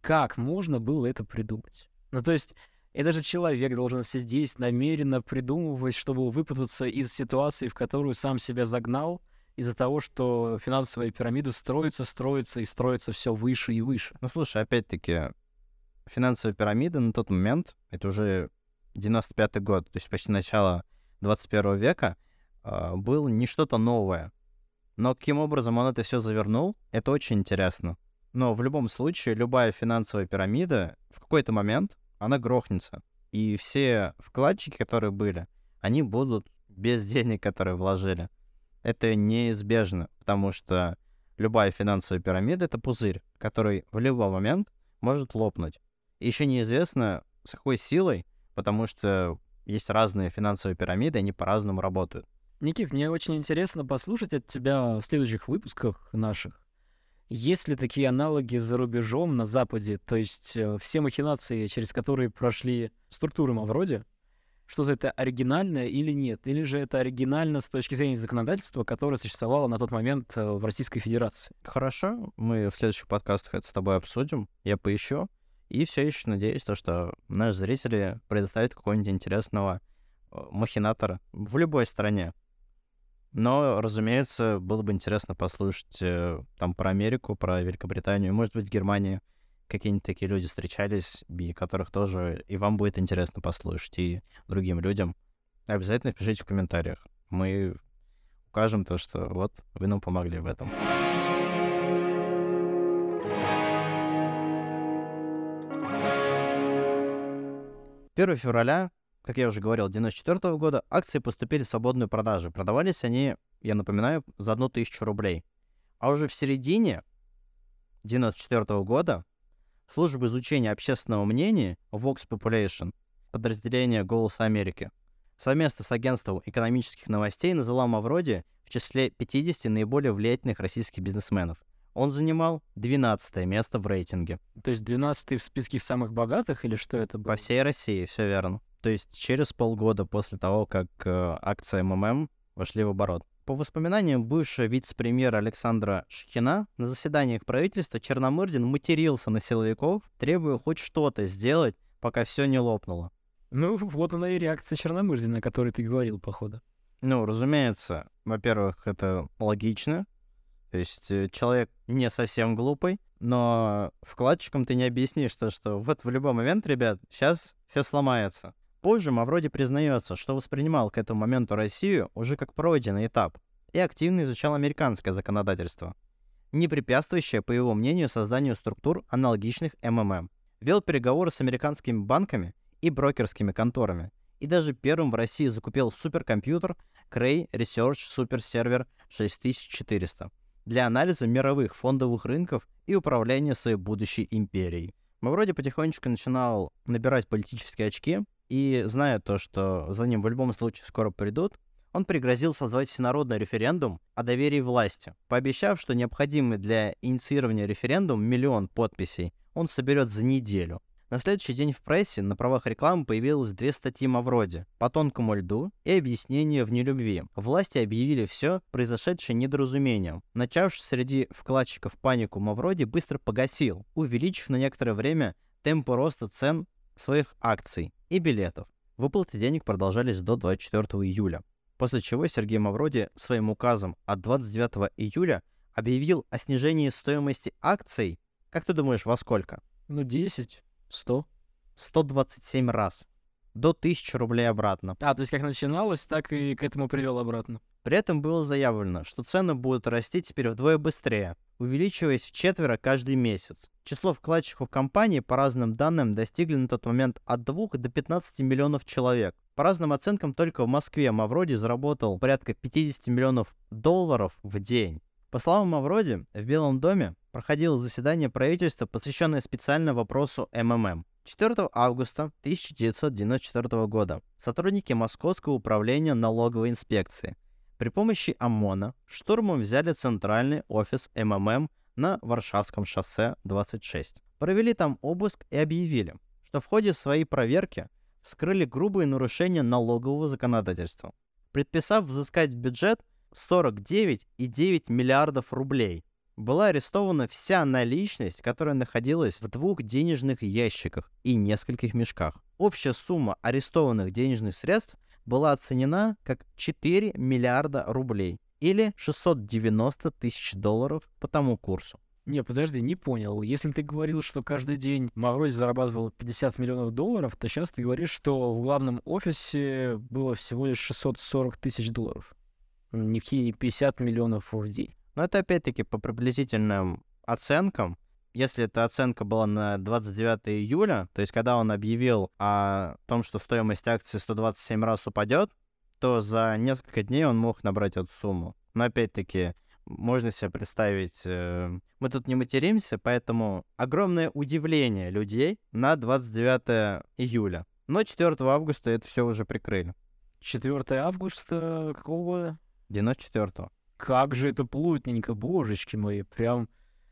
Как можно было это придумать? Ну, то есть, это же человек должен сидеть, намеренно придумывать, чтобы выпутаться из ситуации, в которую сам себя загнал, из-за того, что финансовая пирамида строится и строится все выше и выше. Ну, слушай, опять-таки, финансовая пирамида на тот момент, это уже 95-й год, то есть почти начало 21 века, был не что-то новое. Но каким образом он это все завернул, это очень интересно. Но в любом случае, любая финансовая пирамида в какой-то момент, она грохнется. И все вкладчики, которые были, они будут без денег, которые вложили. Это неизбежно, потому что любая финансовая пирамида — это пузырь, который в любой момент может лопнуть. И еще неизвестно, с какой силой, потому что есть разные финансовые пирамиды, они по-разному работают. Никит, мне очень интересно послушать от тебя в следующих выпусках наших. Есть ли такие аналоги за рубежом, на Западе? То есть все махинации, через которые прошли структуры Мавроди, что-то это оригинальное или нет? Или же это оригинально с точки зрения законодательства, которое существовало на тот момент в Российской Федерации? Хорошо, мы в следующих подкастах это с тобой обсудим, я поищу. И все еще надеюсь, что наши зрители предоставят какого-нибудь интересного махинатора в любой стране. Но, разумеется, было бы интересно послушать там про Америку, про Великобританию, может быть, в Германии какие-нибудь такие люди встречались, и которых тоже и вам будет интересно послушать, и другим людям. Обязательно пишите в комментариях. Мы укажем то, что вот вы нам помогли в этом. 1 февраля, как я уже говорил, 1994 года акции поступили в свободную продажу. Продавались они, я напоминаю, за 1000 рублей. А уже в середине 1994 года служба изучения общественного мнения Vox Population, подразделение «Голоса Америки», совместно с агентством экономических новостей назвала Мавроди в числе 50 наиболее влиятельных российских бизнесменов. Он занимал 12 место в рейтинге. То есть 12-й в списке самых богатых или что это было? По всей России, все верно. То есть через полгода после того, как акции МММ вошли в оборот. По воспоминаниям бывшего вице-премьера Александра Шхина, на заседаниях правительства Черномырдин матерился на силовиков, требуя хоть что-то сделать, пока все не лопнуло. Ну, вот она и реакция Черномырдина, о которой ты говорил, походу. Ну, разумеется, во-первых, это логично. То есть человек не совсем глупый, но вкладчикам ты не объяснишь, что вот в любой момент, ребят, сейчас все сломается. Позже Мавроди признается, что воспринимал к этому моменту Россию уже как пройденный этап и активно изучал американское законодательство, не препятствующее, по его мнению, созданию структур, аналогичных МММ. Вел переговоры с американскими банками и брокерскими конторами, и даже первым в России закупил суперкомпьютер Cray Research Super Server 6400 для анализа мировых фондовых рынков и управления своей будущей империей. Мавроди потихонечку начинал набирать политические очки, и, зная то, что за ним в любом случае скоро придут, он пригрозил созвать всенародный референдум о доверии власти, пообещав, что необходимый для инициирования референдум 1 миллион подписей он соберет за неделю. На следующий день в прессе на правах рекламы появилось 2 статьи Мавроди «По тонкому льду» и «Объяснение в нелюбви». Власти объявили все произошедшее недоразумением. Начавший среди вкладчиков панику Мавроди быстро погасил, увеличив на некоторое время темпы роста цен своих акций и билетов. Выплаты денег продолжались до 24 июля, после чего Сергей Мавроди своим указом от 29 июля объявил о снижении стоимости акций, как ты думаешь, во сколько? Ну, 10, 100. 127 раз. До 1000 рублей обратно. То есть как начиналось, так и к этому привел обратно. При этом было заявлено, что цены будут расти теперь вдвое быстрее, увеличиваясь вчетверо каждый месяц. Число вкладчиков компании, по разным данным, достигли на тот момент от 2 до 15 миллионов человек. По разным оценкам, только в Москве Мавроди заработал порядка 50 миллионов долларов в день. По словам Мавроди, в Белом доме проходило заседание правительства, посвященное специально вопросу МММ. 4 августа 1994 года сотрудники Московского управления налоговой инспекции при помощи ОМОНа штурмом взяли центральный офис МММ на Варшавском шоссе 26. Провели там обыск и объявили, что в ходе своей проверки вскрыли грубые нарушения налогового законодательства, предписав взыскать в бюджет 49,9 миллиардов рублей. была арестована вся наличность, которая находилась в 2 денежных ящиках и нескольких мешках. Общая сумма арестованных денежных средств была оценена как 4 миллиарда рублей или 690 тысяч долларов по тому курсу. Не, подожди, не понял. Если ты говорил, что каждый день Мавроди зарабатывал 50 миллионов долларов, то сейчас ты говоришь, что в главном офисе было всего лишь 640 тысяч долларов. Никакие не 50 миллионов в день. Но это опять-таки по приблизительным оценкам. Если эта оценка была на 29 июля, то есть когда он объявил о том, что стоимость акций 127 раз упадет, то за несколько дней он мог набрать эту сумму. Но опять-таки можно себе представить, мы тут не материмся, поэтому огромное удивление людей на 29 июля. Но 4 августа это все уже прикрыли. 4 августа какого года? 94-го. Как же это плотненько, божечки мои, прям...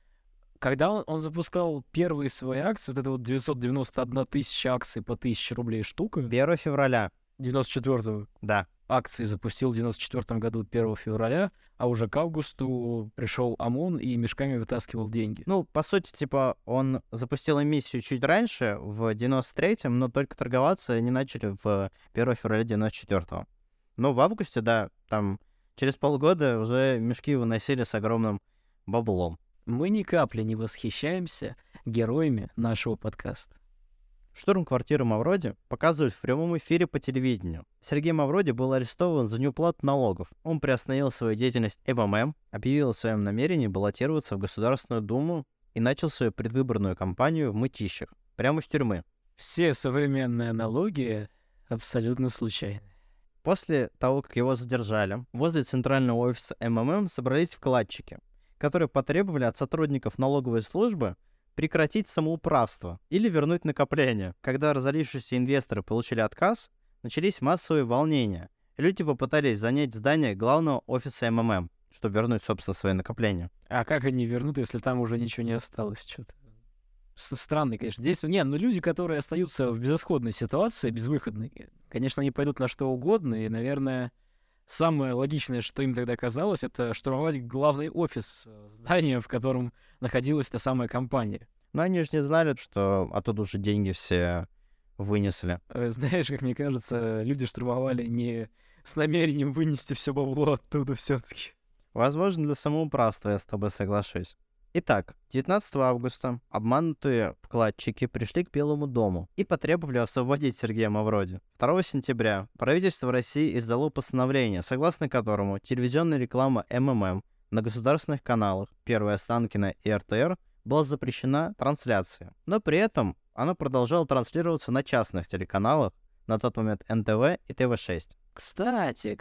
Когда он запускал первые свои акции, вот это вот 991 тысяча акций по 1000 рублей штука, 1 февраля. 94-го Да. акции запустил в 94 году 1 февраля, а уже к августу пришел ОМОН и мешками вытаскивал деньги. Ну, по сути, типа, он запустил эмиссию чуть раньше, в 93-м, но только торговаться они начали в 1 февраля 94-го. Но в августе, да, там через полгода уже мешки выносили с огромным баблом. Мы ни капли не восхищаемся героями нашего подкаста. Штурм квартиры Мавроди показывают в прямом эфире по телевидению. Сергей Мавроди был арестован за неуплату налогов. Он приостановил свою деятельность МММ, объявил о своем намерении баллотироваться в Государственную Думу и начал свою предвыборную кампанию в Мытищах, прямо из тюрьмы. Все современные аналогии абсолютно случайны. После того, как его задержали, возле центрального офиса МММ собрались вкладчики, которые потребовали от сотрудников налоговой службы прекратить самоуправство или вернуть накопления. Когда разорившиеся инвесторы получили отказ, начались массовые волнения. Люди попытались занять здание главного офиса МММ, чтобы вернуть, собственно, свои накопления. А как они вернут, если там уже ничего не осталось? Что-то странный, конечно, действие. Не, ну люди, которые остаются в безысходной ситуации, безвыходной, конечно, они пойдут на что угодно, и, наверное, самое логичное, что им тогда казалось, это штурмовать главный офис здания, в котором находилась та самая компания. Но они же не знали, что оттуда уже деньги все вынесли. Знаешь, как мне кажется, люди штурмовали не с намерением вынести все бабло оттуда все-таки. Возможно, для самоуправства я с тобой соглашусь. Итак, 19 августа обманутые вкладчики пришли к Белому дому и потребовали освободить Сергея Мавроди. 2 сентября правительство России издало постановление, согласно которому телевизионная реклама МММ на государственных каналах «Первая Останкино» и РТР была запрещена трансляция. Но при этом она продолжала транслироваться на частных телеканалах, на тот момент НТВ и ТВ-6. Кстати,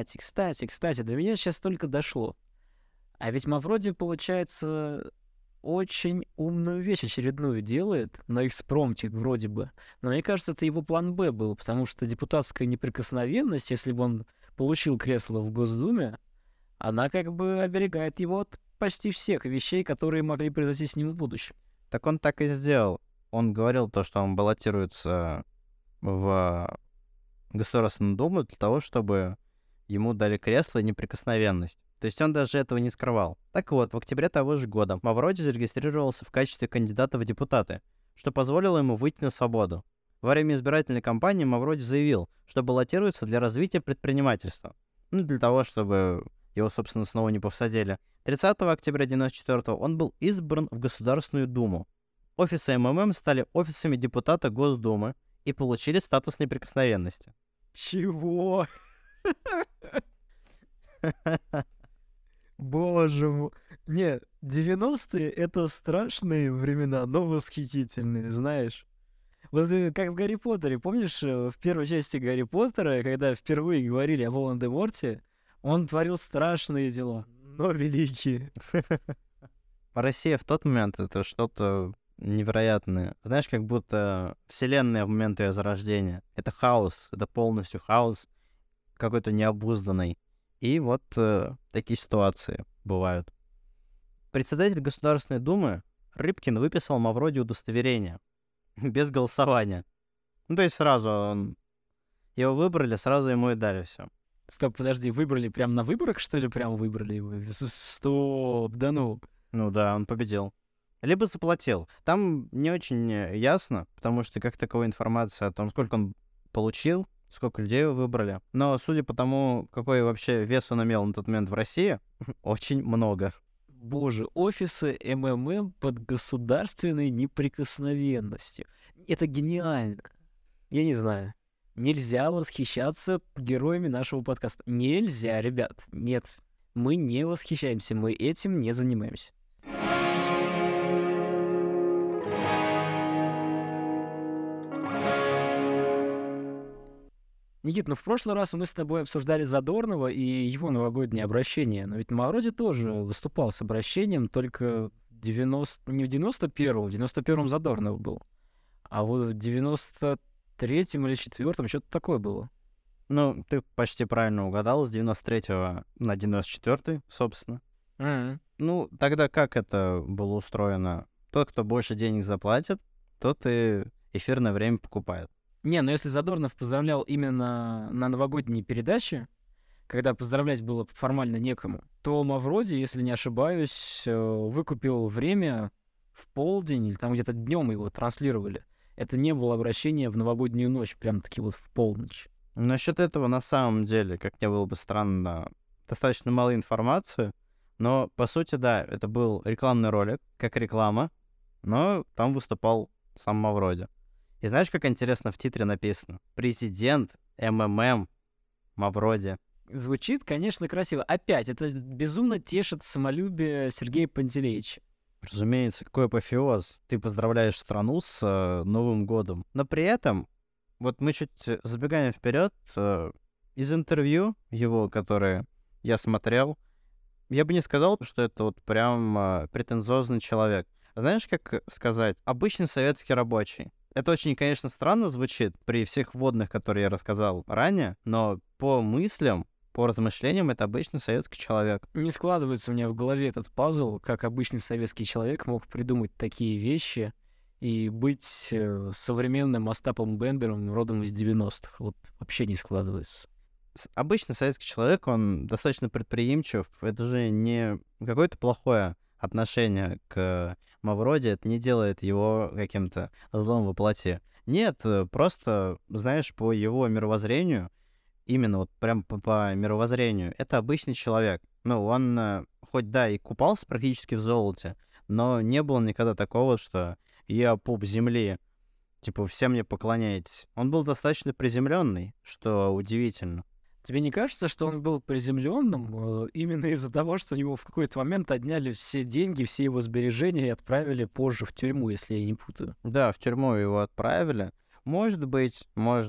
до меня сейчас только дошло. А ведь Мавроди, получается, очень умную вещь очередную делает на экспромте вроде бы. Но мне кажется, это его план «Б» был, потому что депутатская неприкосновенность, если бы он получил кресло в Госдуме, она как бы оберегает его от почти всех вещей, которые могли произойти с ним в будущем. Так он так и сделал. Он говорил то, что он баллотируется в Государственную Думу для того, чтобы ему дали кресло и неприкосновенность. То есть он даже этого не скрывал. Так вот, в октябре того же года Мавроди зарегистрировался в качестве кандидата в депутаты, что позволило ему выйти на свободу. Во время избирательной кампании Мавроди заявил, что баллотируется для развития предпринимательства. Ну, для того, чтобы его, собственно, снова не посадили. 30 октября 1994 он был избран в Государственную Думу. Офисы МММ стали офисами депутата Госдумы и получили статус неприкосновенности. Чего? Боже мой. Не, 90-е — это страшные времена, но восхитительные, знаешь. Вот как в Гарри Поттере. Помнишь, в первой части Гарри Поттера, когда впервые говорили о Волан-де-Морте, он творил страшные дела, но великие. Россия в тот момент — это что-то невероятное. Знаешь, как будто вселенная в момент ее зарождения. Это хаос, это полностью хаос, какой-то необузданный. И вот такие ситуации бывают. Председатель Государственной Думы Рыбкин выписал Мавроди удостоверение. Без голосования. Ну, то есть сразу его выбрали, сразу ему и дали все. Стоп, подожди, выбрали прям на выборах, что ли, прям выбрали его? Стоп, да ну. Ну да, он победил. Либо заплатил. Там не очень ясно, потому что как таковой информации о том, сколько он получил, сколько людей его выбрали. Но судя по тому, какой вообще вес он имел на тот момент в России, очень много. Боже, офисы МММ под государственной неприкосновенностью. Это гениально. Я не знаю. Нельзя восхищаться героями нашего подкаста. Нельзя, ребят. Нет. Мы не восхищаемся, мы этим не занимаемся. Никит, ну в прошлый раз мы с тобой обсуждали Задорнова и его новогоднее обращение. Но ведь Мавроди тоже выступал с обращением, только не в 91-м, в 91-м Задорнов был. А вот в 93-м или 4-м что-то такое было. Ну, ты почти правильно угадал, с 93-го на 94-й, собственно. Ну, тогда как это было устроено? Тот, кто больше денег заплатит, тот и эфирное время покупает. Не, но если Задорнов поздравлял именно на новогодней передаче, когда поздравлять было формально некому, то Мавроди, если не ошибаюсь, выкупил время в полдень или там где-то днем его транслировали. Это не было обращение в новогоднюю ночь, прям-таки вот в полночь. Насчет этого, на самом деле, как мне было бы странно, достаточно мало информации, но, по сути, да, это был рекламный ролик, как реклама, но там выступал сам Мавроди. И знаешь, как интересно в титре написано? Президент МММ Мавроди. Звучит, конечно, красиво. Опять, это безумно тешит самолюбие Сергея Пантелеича. Разумеется, какой апофеоз. Ты поздравляешь страну с Новым годом. Но при этом, вот мы чуть забегаем вперед, из интервью его, которое я смотрел, я бы не сказал, что это вот прям претенциозный человек. Знаешь, как сказать? Обычный советский рабочий. Это очень, конечно, странно звучит при всех вводных, которые я рассказал ранее, но по мыслям, по размышлениям, это обычный советский человек. Не складывается у меня в голове этот пазл, как обычный советский человек мог придумать такие вещи и быть современным Остапом Бендером родом из 90-х. Вот вообще не складывается. Обычный советский человек, он достаточно предприимчив. Это же не какое-то плохое отношение к Мавроди, это не делает его каким-то злом во плоти. Нет, просто, знаешь, по его мировоззрению, именно вот прям по мировоззрению, это обычный человек. Ну, он хоть да и купался практически в золоте, но не было никогда такого, что я пуп земли, типа, все мне поклоняетесь. Он был достаточно приземленный, что удивительно. Тебе не кажется, что он был приземленным именно из-за того, что у него в какой-то момент отняли все деньги, все его сбережения и отправили позже в тюрьму, если я не путаю? Да, в тюрьму его отправили. Может быть.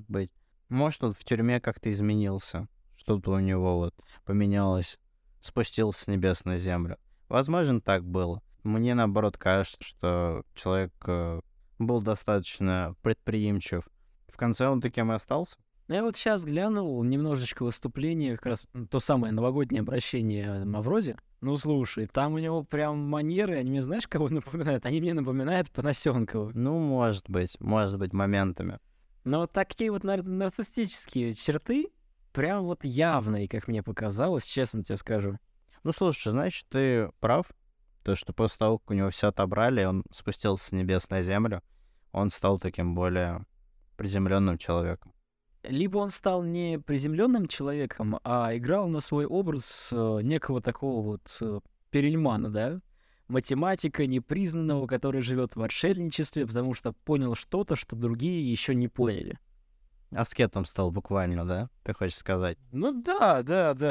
Может, он в тюрьме как-то изменился. Что-то у него вот поменялось. Спустился с небес на землю. Возможно, так было. Мне, наоборот, кажется, что человек был достаточно предприимчив. В конце он таким и остался. Я вот сейчас глянул немножечко выступление, как раз то самое новогоднее обращение Мавроди. Ну, слушай, там у него прям манеры, они мне знаешь, кого напоминают? Они мне напоминают Панасенкова. Ну, может быть, моментами. Но вот такие вот нарциссические черты, прям вот явные, как мне показалось, честно тебе скажу. Ну, слушай, значит, ты прав. То, что после того, как у него все отобрали, он спустился с небес на землю, он стал таким более приземленным человеком. Либо он стал не приземленным человеком, а играл на свой образ некого такого вот Перельмана, да? Математика непризнанного, который живет в отшельничестве, потому что понял что-то, что другие еще не поняли. Аскетом стал буквально, да? Ты хочешь сказать? Ну да.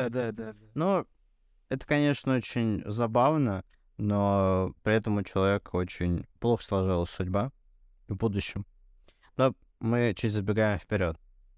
Ну, это, конечно, очень забавно, но при этом у человека очень плохо сложилась судьба в будущем. Но мы чуть забегаем вперед.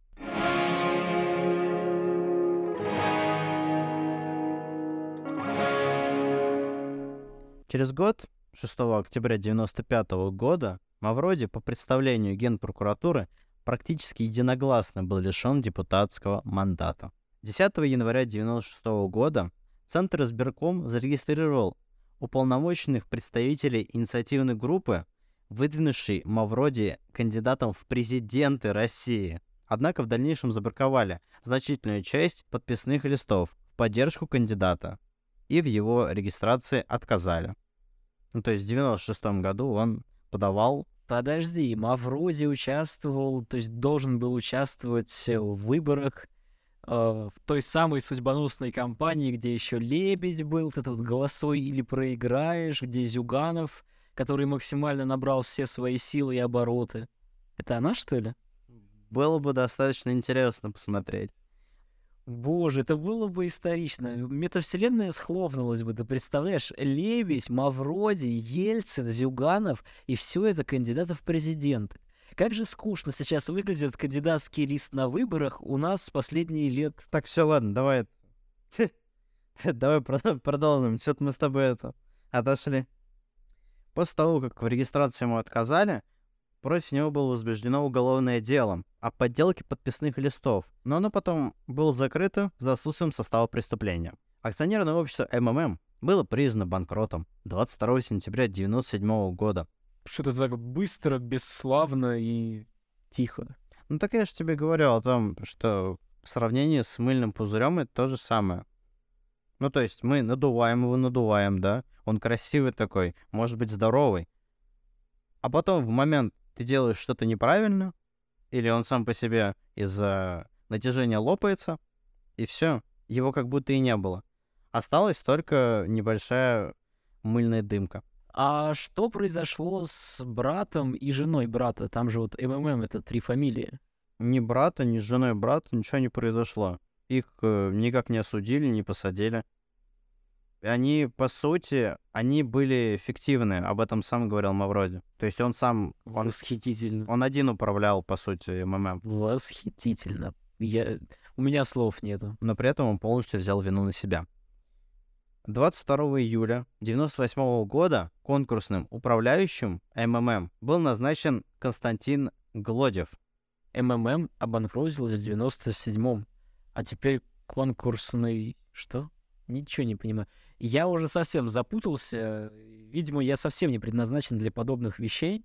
Через год, 6 октября 1995 года, Мавроди, по представлению Генпрокуратуры, практически единогласно был лишен депутатского мандата. 10 января 1996 года Центр избирком зарегистрировал уполномоченных представителей инициативной группы, выдвинувшей Мавроди кандидатом в президенты России. Однако в дальнейшем забраковали значительную часть подписных листов в поддержку кандидата и в его регистрации отказали. Ну, то есть в 96-м году он подавал. Подожди, Мавроди участвовал, то есть должен был участвовать в выборах в той самой судьбоносной кампании, где еще Лебедь был, вот этот вот «Голосуй или проиграешь», где Зюганов, который максимально набрал все свои силы и обороты. Это она, что ли? Было бы достаточно интересно посмотреть. Боже, это было бы исторично. Метавселенная схлопнулась бы, ты представляешь? Лебедь, Мавроди, Ельцин, Зюганов, и все это кандидаты в президенты. Как же скучно сейчас выглядит кандидатский лист на выборах у нас последние лет. Так, все, ладно, давай. Давай продолжим. Что-то мы с тобой отошли. После того, как в регистрации ему отказали, против него было возбуждено уголовное дело о подделке подписных листов, но оно потом было закрыто за отсутствием состава преступления. Акционерное общество МММ было признано банкротом 22 сентября 1997 года. Что-то так быстро, бесславно и тихо. Ну так я же тебе говорил о том, что в сравнении с мыльным пузырем это то же самое. Ну то есть мы надуваем его, да? Он красивый такой, может быть здоровый. А потом в момент ты делаешь что-то неправильно, или он сам по себе из-за натяжения лопается, и все, его как будто и не было. Осталась только небольшая мыльная дымка. А что произошло с братом и женой брата? Там же вот МММ — это 3 фамилии. Ни брата, ни с женой брата ничего не произошло. Их никак не осудили, не посадили. Они, по сути, они были фиктивные, об этом сам говорил Мавроди. То есть он сам, Восхитительно. он один управлял, по сути, МММ. Восхитительно. У меня слов нету. Но при этом он полностью взял вину на себя. 22 июля 1998 года конкурсным управляющим МММ был назначен Константин Глодев. МММ обанкротилась в 97-м, а теперь конкурсный... Что? Ничего не понимаю. Я уже совсем запутался. Видимо, я совсем не предназначен для подобных вещей.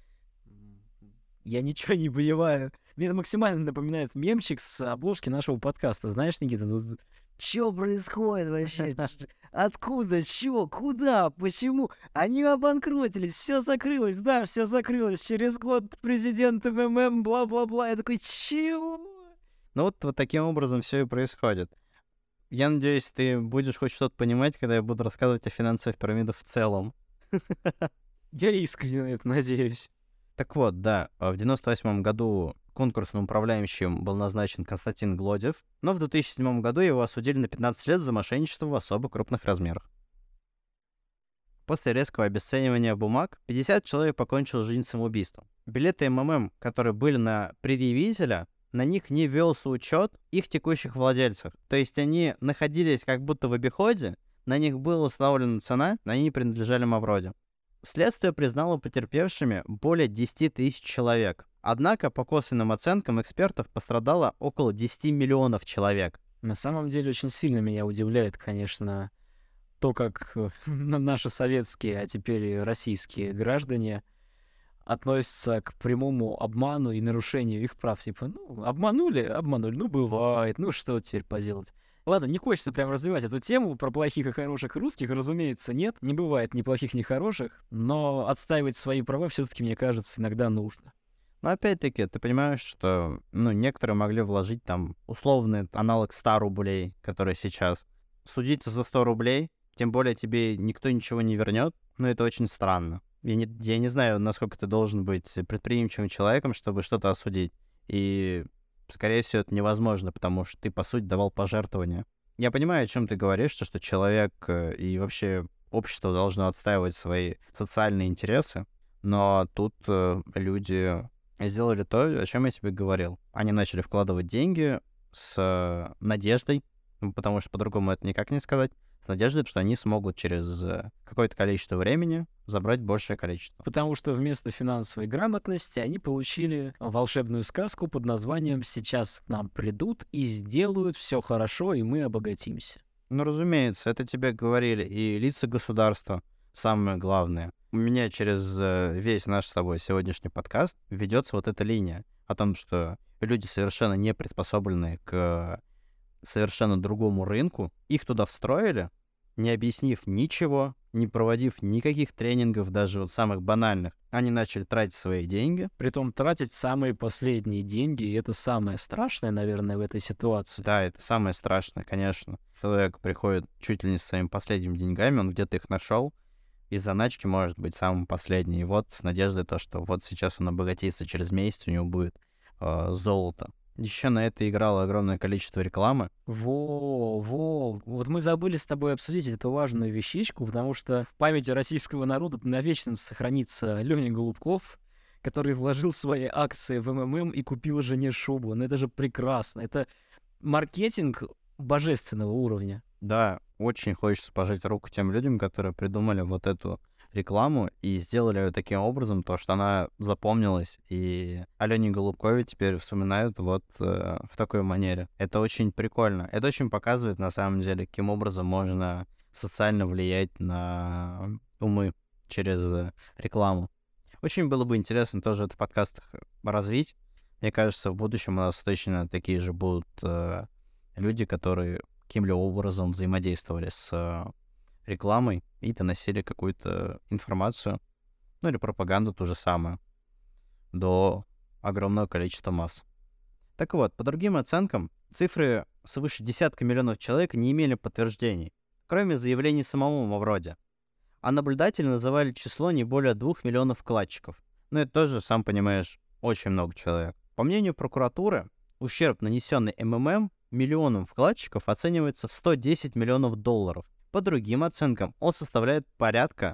Я ничего не понимаю. Мне это максимально напоминает мемчик с обложки нашего подкаста. Знаешь, Никита, тут... Чё происходит вообще? Откуда? Чё? Куда? Почему? Они обанкротились, все закрылось, да, все закрылось. Через год президент МММ, бла-бла-бла. Я такой, чего? Ну вот таким образом все и происходит. Я надеюсь, ты будешь хоть что-то понимать, когда я буду рассказывать о финансовых пирамидах в целом. Я искренне на это надеюсь. Так вот, да, в 98 году конкурсным управляющим был назначен Константин Глодев, но в 2007 году его осудили на 15 лет за мошенничество в особо крупных размерах. После резкого обесценивания бумаг 50 человек покончило жизнь самоубийством. Билеты МММ, которые были на предъявителя, на них не велся учет их текущих владельцев. То есть они находились как будто в обиходе, на них была установлена цена, но они не принадлежали Мавроди. Следствие признало потерпевшими более 10 тысяч человек. Однако, по косвенным оценкам экспертов, пострадало около 10 миллионов человек. На самом деле, очень сильно меня удивляет, конечно, то, как наши советские, а теперь и российские граждане относятся к прямому обману и нарушению их прав. Типа, ну, обманули, ну, бывает, ну, что теперь поделать. Ладно, не хочется прям развивать эту тему про плохих и хороших русских, разумеется, нет. Не бывает ни плохих, ни хороших, но отстаивать свои права все-таки, мне кажется, иногда нужно. Но опять-таки, ты понимаешь, что некоторые могли вложить там условный аналог 100 рублей, который сейчас. Судиться за 100 рублей, тем более тебе никто ничего не вернет, это очень странно. Я не знаю, насколько ты должен быть предприимчивым человеком, чтобы что-то осудить. И, скорее всего, это невозможно, потому что ты, по сути, давал пожертвования. Я понимаю, о чем ты говоришь, что человек и вообще общество должно отстаивать свои социальные интересы, но тут люди сделали то, о чем я тебе говорил. Они начали вкладывать деньги с надеждой, потому что по-другому это никак не сказать, с надеждой, что они смогут через какое-то количество времени забрать большее количество. Потому что вместо финансовой грамотности они получили волшебную сказку под названием «Сейчас к нам придут и сделают все хорошо, и мы обогатимся». Ну, разумеется, это тебе говорили и лица государства, самое главное. У меня через весь наш с тобой сегодняшний подкаст ведется вот эта линия о том, что люди совершенно не приспособлены к совершенно другому рынку, их туда встроили, не объяснив ничего, не проводив никаких тренингов, даже вот самых банальных, они начали тратить свои деньги. Притом тратить самые последние деньги, и это самое страшное, наверное, в этой ситуации. Да, это самое страшное, конечно. Человек приходит чуть ли не с своими последними деньгами, он где-то их нашел, и заначки может быть самым последней. И вот с надеждой то, что вот сейчас он обогатится через месяц, у него будет золото. Еще на это играло огромное количество рекламы. Вот мы забыли с тобой обсудить эту важную вещичку, потому что в памяти российского народа навечно сохранится Лёня Голубков, который вложил свои акции в МММ и купил жене шубу. Ну это же прекрасно. Это маркетинг божественного уровня. Да, очень хочется пожать руку тем людям, которые придумали вот эту рекламу и сделали ее таким образом, то, что она запомнилась, и о Лёне Голубкове теперь вспоминают вот в такой манере. Это очень прикольно. Это очень показывает, на самом деле, каким образом можно социально влиять на умы через рекламу. Очень было бы интересно тоже это в подкастах развить. Мне кажется, в будущем у нас точно такие же будут люди, которые каким-либо образом взаимодействовали с рекламой и доносили какую-то информацию, ну или пропаганду ту же самую, до огромного количества масс. Так вот, по другим оценкам, цифры свыше десятка миллионов человек не имели подтверждений, кроме заявлений самого Мавроди. А наблюдатели называли число не более 2 миллионов вкладчиков. Но это тоже, сам понимаешь, очень много человек. По мнению прокуратуры, ущерб, нанесенный МММ, миллионам вкладчиков оценивается в 110 миллионов долларов. По другим оценкам, он составляет порядка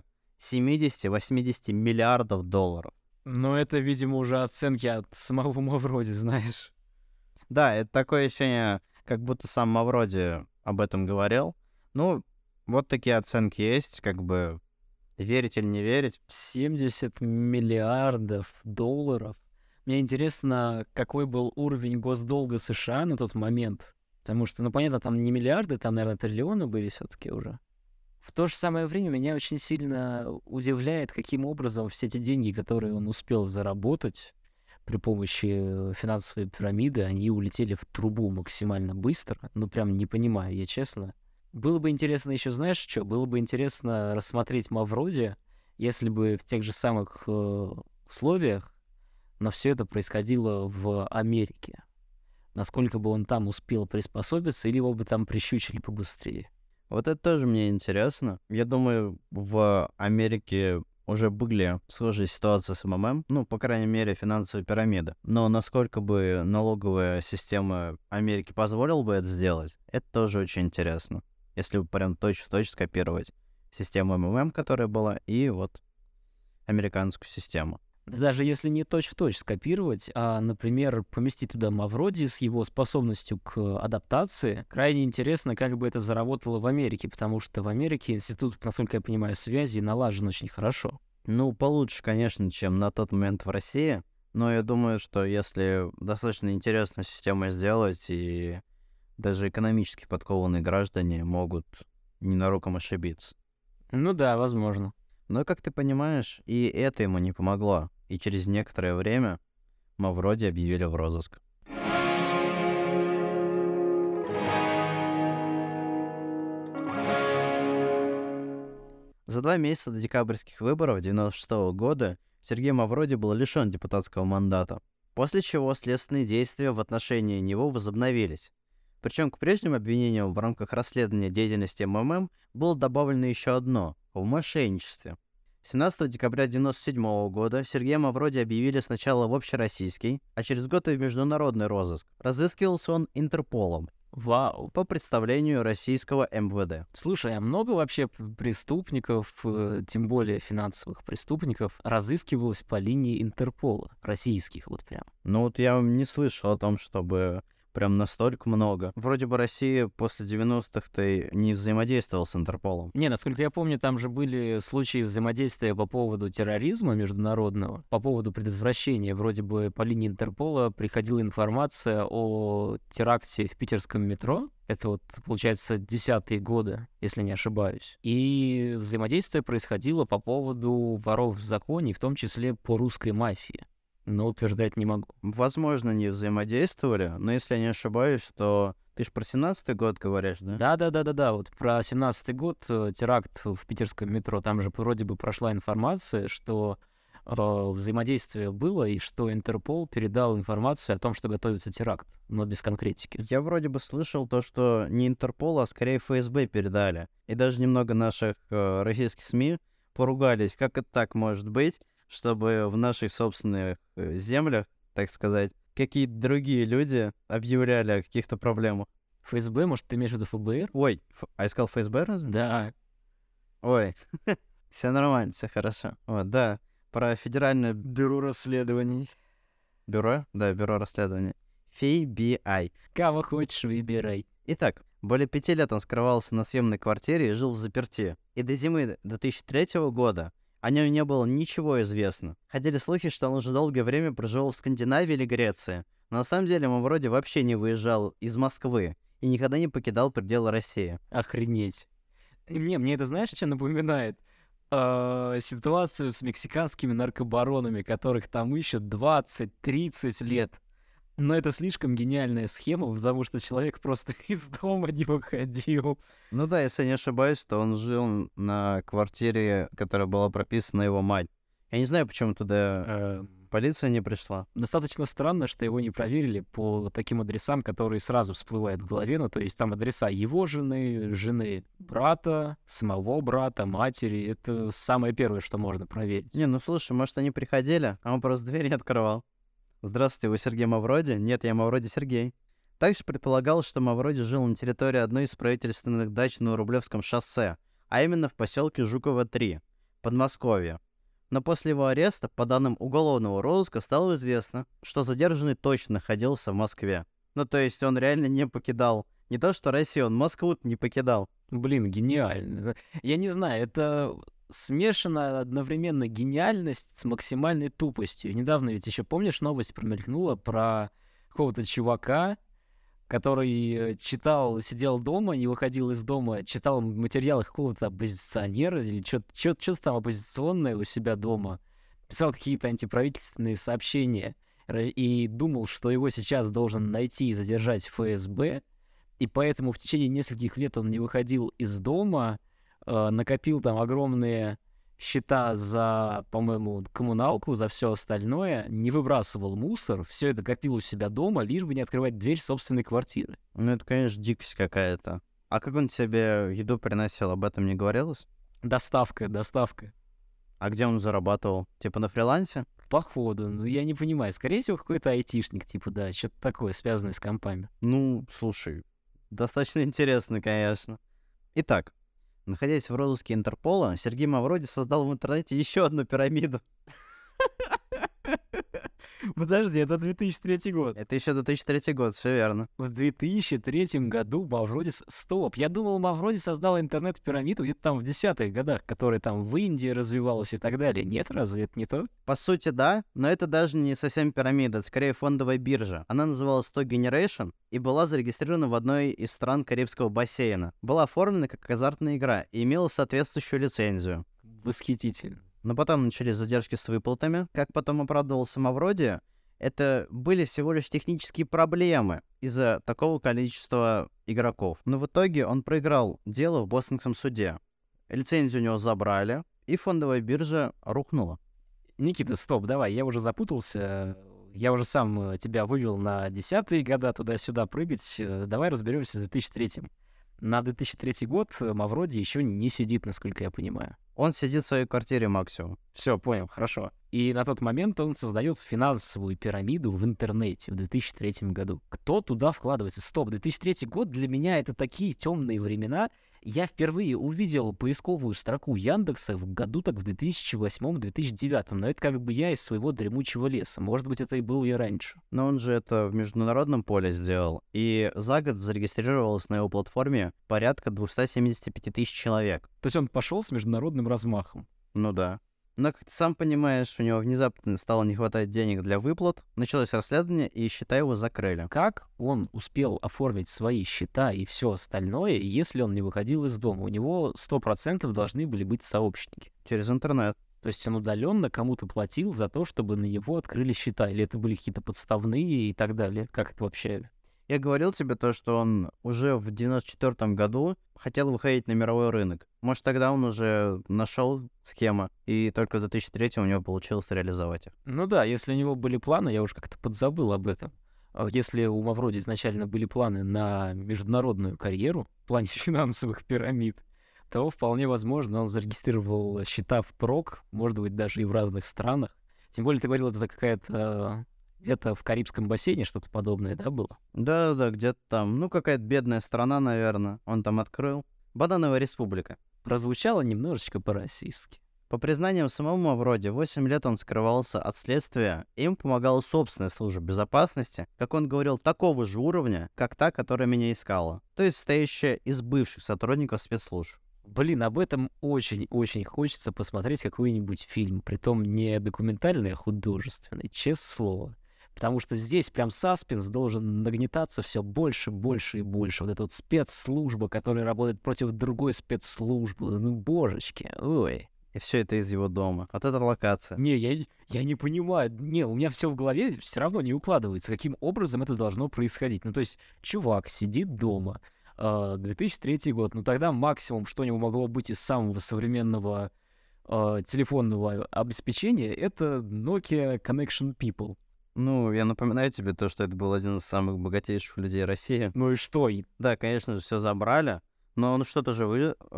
70-80 миллиардов долларов. Но это, видимо, уже оценки от самого Мавроди, знаешь. Да, это такое ощущение, как будто сам Мавроди об этом говорил. Ну, вот такие оценки есть, как бы верить или не верить. 70 миллиардов долларов. Мне интересно, какой был уровень госдолга США на тот момент. Потому что, ну, понятно, там не миллиарды, там, наверное, триллионы были все-таки уже. В то же самое время меня очень сильно удивляет, каким образом все эти деньги, которые он успел заработать при помощи финансовой пирамиды, они улетели в трубу максимально быстро. Ну, прям не понимаю, я честно. Было бы интересно еще, знаешь что? Было бы интересно рассмотреть Мавроди, если бы в тех же самых условиях, но все это происходило в Америке. Насколько бы он там успел приспособиться, или его бы там прищучили побыстрее. Вот это тоже мне интересно. Я думаю, в Америке уже были схожие ситуации с МММ, ну, по крайней мере, финансовая пирамида. Но насколько бы налоговая система Америки позволила бы это сделать, это тоже очень интересно. Если бы прям точь-в-точь скопировать систему МММ, которая была, и вот американскую систему. Даже если не точь-в-точь скопировать, а, например, поместить туда Мавроди с его способностью к адаптации, крайне интересно, как бы это заработало в Америке, потому что в Америке институт, насколько я понимаю, связи налажен очень хорошо. Ну, получше, конечно, чем на тот момент в России, но я думаю, что если достаточно интересную систему сделать, и даже экономически подкованные граждане могут ненароком ошибиться. Ну да, возможно. Но, как ты понимаешь, и это ему не помогло. И через некоторое время Мавроди объявили в розыск. За 2 месяца до декабрьских выборов 1996 года Сергей Мавроди был лишен депутатского мандата, после чего следственные действия в отношении него возобновились. Причем к прежним обвинениям в рамках расследования деятельности МММ было добавлено еще одно – в мошенничестве. 17 декабря 1997 года Сергея Мавроди объявили сначала в общероссийский, а через год и в международный розыск. Разыскивался он Интерполом. Вау. По представлению российского МВД. Слушай, а много вообще преступников, тем более финансовых преступников, разыскивалось по линии Интерпола? Российских вот прям. Ну вот я не слышал о том, чтобы прям настолько много. Вроде бы Россия после 90-х-то и не взаимодействовала с Интерполом. Не, насколько я помню, там же были случаи взаимодействия по поводу терроризма международного, по поводу предотвращения. Вроде бы по линии Интерпола приходила информация о теракте в питерском метро. Это вот, получается, 10-е годы, если не ошибаюсь. И взаимодействие происходило по поводу воров в законе, в том числе по русской мафии. Но утверждать не могу. Возможно, не взаимодействовали, но если я не ошибаюсь, то Ты ж про 17-й год говоришь, да? Да-да-да-да-да, вот про 17-й год, теракт в питерском метро. Там же вроде бы прошла информация, что взаимодействие было, и что Интерпол передал информацию о том, что готовится теракт, но без конкретики. Я вроде бы слышал то, что не Интерпол, а скорее ФСБ передали. И даже немного наших российских СМИ поругались, как это так может быть, чтобы в наших собственных землях, так сказать, какие-то другие люди объявляли о каких-то проблемах. ФСБ, может, ты имеешь в виду ФБР? Ой, а я сказал ФСБ разве? Да. Ой, все нормально, все хорошо. Вот, да, про федеральное Бюро расследований. бюро, да, бюро расследований. FBI. Кого хочешь, выбирай. Итак, более 5 лет он скрывался на съемной квартире и жил в заперти. И до зимы 2003 года о нем не было ничего известно. Ходили слухи, что он уже долгое время проживал в Скандинавии или Греции. Но на самом деле он вроде вообще не выезжал из Москвы и никогда не покидал пределы России. Охренеть. Мне это знаешь, что напоминает? Ситуацию с мексиканскими наркобаронами, которых там ищут 20-30 лет. Но это слишком гениальная схема, потому что человек просто из дома не выходил. Ну да, если не ошибаюсь, то он жил на квартире, которая была прописана его мать. Я не знаю, почему туда полиция не пришла. Достаточно странно, что его не проверили по таким адресам, которые сразу всплывают в голове. Ну, то есть там адреса его жены, жены брата, самого брата, матери. Это самое первое, что можно проверить. Не, ну слушай, может, они приходили, а он просто дверь не открывал. Здравствуйте, вы Сергей Мавроди? Нет, я Мавроди Сергей. Также предполагалось, что Мавроди жил на территории одной из правительственных дач на Рублевском шоссе, а именно в поселке Жуково-3, Подмосковье. Но после его ареста, по данным уголовного розыска, стало известно, что задержанный точно находился в Москве. Ну, то есть он реально не покидал. Не то, что Россию, он Москву не покидал. Блин, гениально. Я не знаю, это смешана одновременно гениальность с максимальной тупостью. Недавно ведь еще, помнишь, новость промелькнула про какого-то чувака, который сидел дома, не выходил из дома, читал материалы какого-то оппозиционера или что-то там оппозиционное у себя дома, писал какие-то антиправительственные сообщения и думал, что его сейчас должен найти и задержать ФСБ, и поэтому в течение нескольких лет он не выходил из дома, накопил там огромные счета за, по-моему, коммуналку, за все остальное, не выбрасывал мусор, все это копил у себя дома, лишь бы не открывать дверь собственной квартиры. Ну, это, конечно, дикость какая-то. А как он тебе еду приносил, об этом не говорилось? Доставка. А где он зарабатывал? Типа на фрилансе? Походу, я не понимаю, скорее всего, какой-то айтишник, типа, да, что-то такое, связанное с компами. Ну, слушай, достаточно интересно, конечно. Итак, находясь в розыске Интерпола, Сергей Мавроди создал в интернете еще одну пирамиду. Подожди, это 2003 год. Это еще 2003 год, все верно. В 2003 году Мавроди... Стоп, я думал, Мавроди создал интернет-пирамиду где-то там в 10-х годах, которая там в Индии развивалась и так далее. Нет, разве это не то? По сути, да, но это даже не совсем пирамида, это скорее фондовая биржа. Она называлась Stock Generation и была зарегистрирована в одной из стран Карибского бассейна. Была оформлена как азартная игра и имела соответствующую лицензию. Восхитительно. Но потом начались задержки с выплатами. Как потом оправдывался Мавроди, это были всего лишь технические проблемы из-за такого количества игроков. Но в итоге он проиграл дело в бостонском суде. Лицензию у него забрали, и фондовая биржа рухнула. Никита, стоп, давай, я уже запутался. Я уже сам тебя вывел на 10-е года, туда-сюда прыгать. Давай разберемся с 2003-м. На 2003 год Мавроди еще не сидит, насколько я понимаю. Он сидит в своей квартире максимум. Все, понял, хорошо. И на тот момент он создает финансовую пирамиду в интернете в 2003 году. Кто туда вкладывается? Стоп, 2003 год для меня это такие темные времена. Я впервые увидел поисковую строку Яндекса в году так в 2008-2009. Но это как бы я из своего дремучего леса. Может быть, это и было и раньше. Но он же это в международном поле сделал. И за год зарегистрировалось на его платформе порядка 275 тысяч человек. То есть он пошел с международным размахом. Ну да. Но, как ты сам понимаешь, у него внезапно стало не хватать денег для выплат, началось расследование, и счета его закрыли. Как он успел оформить свои счета и все остальное, если он не выходил из дома? У него 100% должны были быть сообщники. Через интернет. То есть он удаленно кому-то платил за то, чтобы на него открыли счета? Или это были какие-то подставные и так далее? Как это вообще Я говорил тебе то, что он уже в 94 году хотел выходить на мировой рынок. Может, тогда он уже нашел схему, и только в 2003 у него получилось реализовать их. Ну да, если у него были планы, я уже как-то подзабыл об этом. Если у Мавроди изначально были планы на международную карьеру в плане финансовых пирамид, то вполне возможно он зарегистрировал счета впрок, может быть, даже и в разных странах. Тем более, ты говорил, это какая-то где-то в Карибском бассейне что-то подобное, да, было? Да-да-да, где-то там. Ну, какая-то бедная страна, наверное. Он там открыл. Банановая республика. Прозвучало немножечко по-российски. По признаниям самого Мавроди, 8 лет он скрывался от следствия, и им помогала собственная служба безопасности, как он говорил, такого же уровня, как та, которая меня искала, то есть состоящая из бывших сотрудников спецслужб. Блин, об этом очень-очень хочется посмотреть какой-нибудь фильм, притом не документальный, а художественный, честное слово. Потому что здесь прям саспенс должен нагнетаться все больше, больше и больше. Вот эта вот спецслужба, которая работает против другой спецслужбы. Ну, божечки, ой. И все это из его дома. Вот это локация. Не, я не понимаю. Не, у меня все в голове все равно не укладывается, каким образом это должно происходить. Ну, то есть, чувак сидит дома, 2003 год, ну тогда максимум, что у него могло быть из самого современного телефонного обеспечения, это Nokia Connection People. Ну, я напоминаю тебе то, что это был один из самых богатейших людей России. Ну и что? Да, конечно же, все забрали, но он что-то же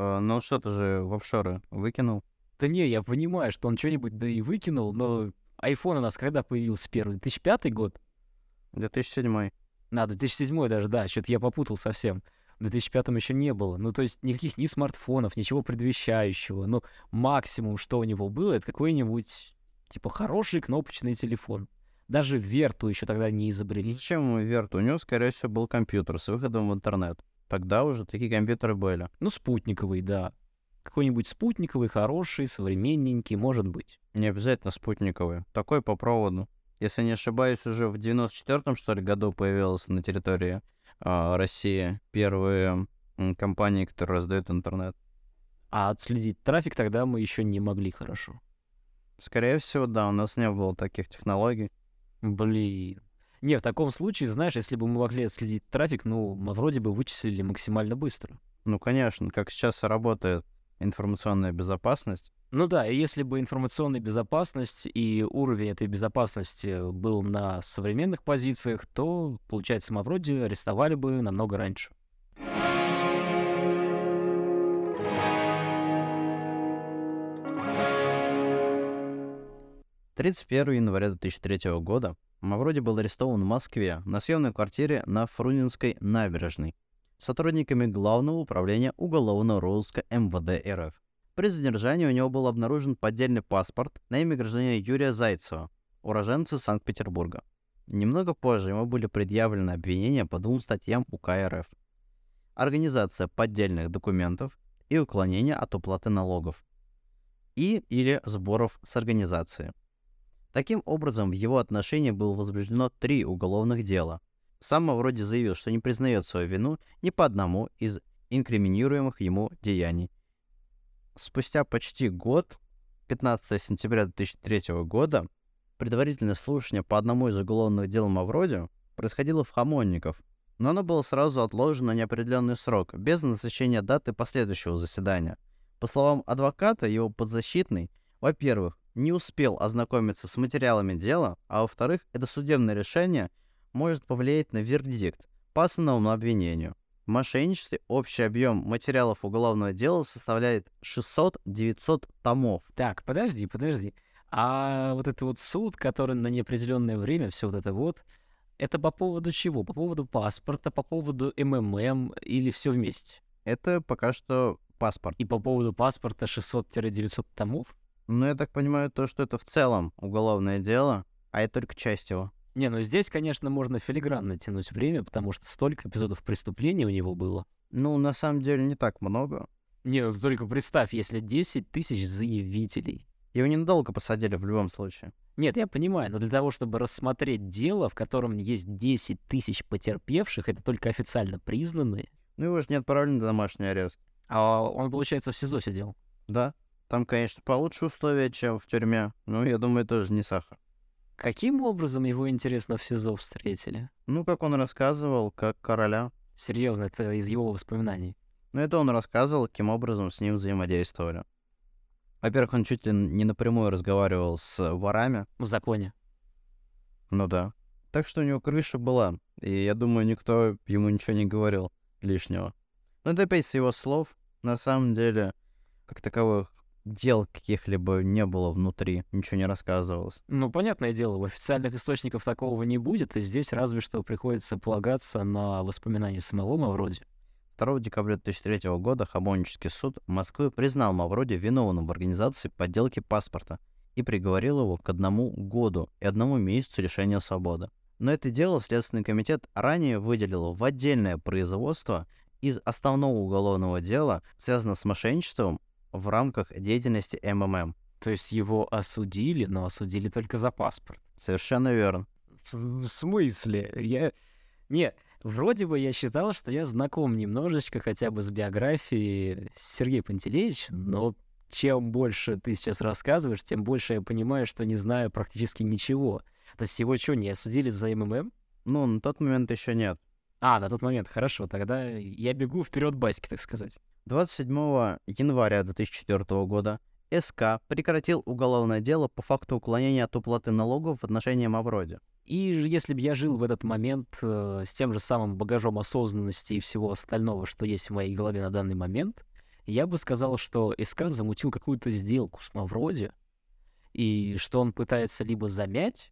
в офшоры выкинул. Да не, я понимаю, что он что-нибудь да и выкинул, но iPhone у нас когда появился первый? 2005 год? 2007. 2007 даже, да, что-то я попутал совсем. В 2005 еще не было. Ну, то есть никаких ни смартфонов, ничего предвещающего. Ну, максимум, что у него было, это какой-нибудь, типа, хороший кнопочный телефон. Даже Верту еще тогда не изобрели. Зачем ему Верту? У него, скорее всего, был компьютер с выходом в интернет. Тогда уже такие компьютеры были. Ну, спутниковый, да. Какой-нибудь спутниковый, хороший, современненький, может быть. Не обязательно спутниковый. Такой по проводу. Если не ошибаюсь, уже в 94-м, что ли, году появилась на территории России первые компании, которые раздают интернет. А отследить трафик тогда мы еще не могли хорошо. Скорее всего, да, у нас не было таких технологий. Блин. Не, в таком случае, знаешь, если бы мы могли отследить трафик, ну, мы вроде бы вычислили максимально быстро. Ну, конечно, как сейчас работает информационная безопасность. Ну да, и если бы информационная безопасность и уровень этой безопасности был на современных позициях, то, получается, мы вроде арестовали бы намного раньше. 31 января 2003 года Мавроди был арестован в Москве на съемной квартире на Фрунзенской набережной сотрудниками Главного управления уголовного розыска МВД РФ. При задержании у него был обнаружен поддельный паспорт на имя гражданина Юрия Зайцева, уроженца Санкт-Петербурга. Немного позже ему были предъявлены обвинения по 2 статьям УК РФ: организация поддельных документов и уклонение от уплаты налогов или сборов с организации. Таким образом, в его отношении было возбуждено 3 уголовных дела. Сам Мавроди заявил, что не признает свою вину ни по одному из инкриминируемых ему деяний. Спустя почти год, 15 сентября 2003 года, предварительное слушание по одному из уголовных дел Мавроди происходило в Хамонников, но оно было сразу отложено на неопределенный срок, без назначения даты последующего заседания. По словам адвоката, его подзащитный, во-первых, не успел ознакомиться с материалами дела, а во-вторых, это судебное решение может повлиять на вердикт по основному обвинению. В мошенничестве общий объем материалов уголовного дела составляет 600-900 томов. Так, подожди. А вот это вот суд, который на неопределенное время, все вот это по поводу чего? По поводу паспорта, по поводу МММ или все вместе? Это пока что паспорт. И по поводу паспорта 600-900 томов? Ну, я так понимаю, то, что это в целом уголовное дело, а это только часть его. Не, ну здесь, конечно, можно филигранно тянуть время, потому что столько эпизодов преступления у него было. Ну, на самом деле, не так много. Не, ну только представь, если 10 тысяч заявителей. Его ненадолго посадили в любом случае. Нет, я понимаю, но для того, чтобы рассмотреть дело, в котором есть 10 тысяч потерпевших, это только официально признанные. Ну, его же не отправили на домашний арест. А он, получается, в СИЗО сидел. Да. Там, конечно, получше условия, чем в тюрьме. Но я думаю, тоже не сахар. Каким образом его, интересно, в СИЗО встретили? Ну, как он рассказывал, как короля. Серьезно, это из его воспоминаний. Ну, это он рассказывал, каким образом с ним взаимодействовали. Во-первых, он чуть ли не напрямую разговаривал с ворами. В законе. Ну да. Так что у него крыша была. И я думаю, никто ему ничего не говорил лишнего. Но это опять с его слов. На самом деле, как таковых дел каких-либо не было внутри. Ничего не рассказывалось. Ну, понятное дело, в официальных источниках такого не будет, и здесь разве что приходится полагаться на воспоминания самого Мавроди. 2 декабря 2003 года Хамовнический суд Москвы признал Мавроди виновным в организации подделки паспорта и приговорил его к 1 году и 1 месяцу лишения свободы. Но это дело Следственный комитет ранее выделил в отдельное производство из основного уголовного дела, связанного с мошенничеством в рамках деятельности МММ. То есть его осудили, но осудили только за паспорт. Совершенно верно. В смысле? Нет, вроде бы я считал, что я знаком немножечко хотя бы с биографией Сергея Пантелеича, но чем больше ты сейчас рассказываешь, тем больше я понимаю, что не знаю практически ничего. То есть его что, не осудили за МММ? Ну, на тот момент еще нет. На тот момент, хорошо, тогда я бегу вперед баски, так сказать. 27 января 2004 года СК прекратил уголовное дело по факту уклонения от уплаты налогов в отношении Мавроди. И если бы я жил в этот момент с тем же самым багажом осознанности и всего остального, что есть в моей голове на данный момент, я бы сказал, что СК замутил какую-то сделку с Мавроди, и что он пытается либо замять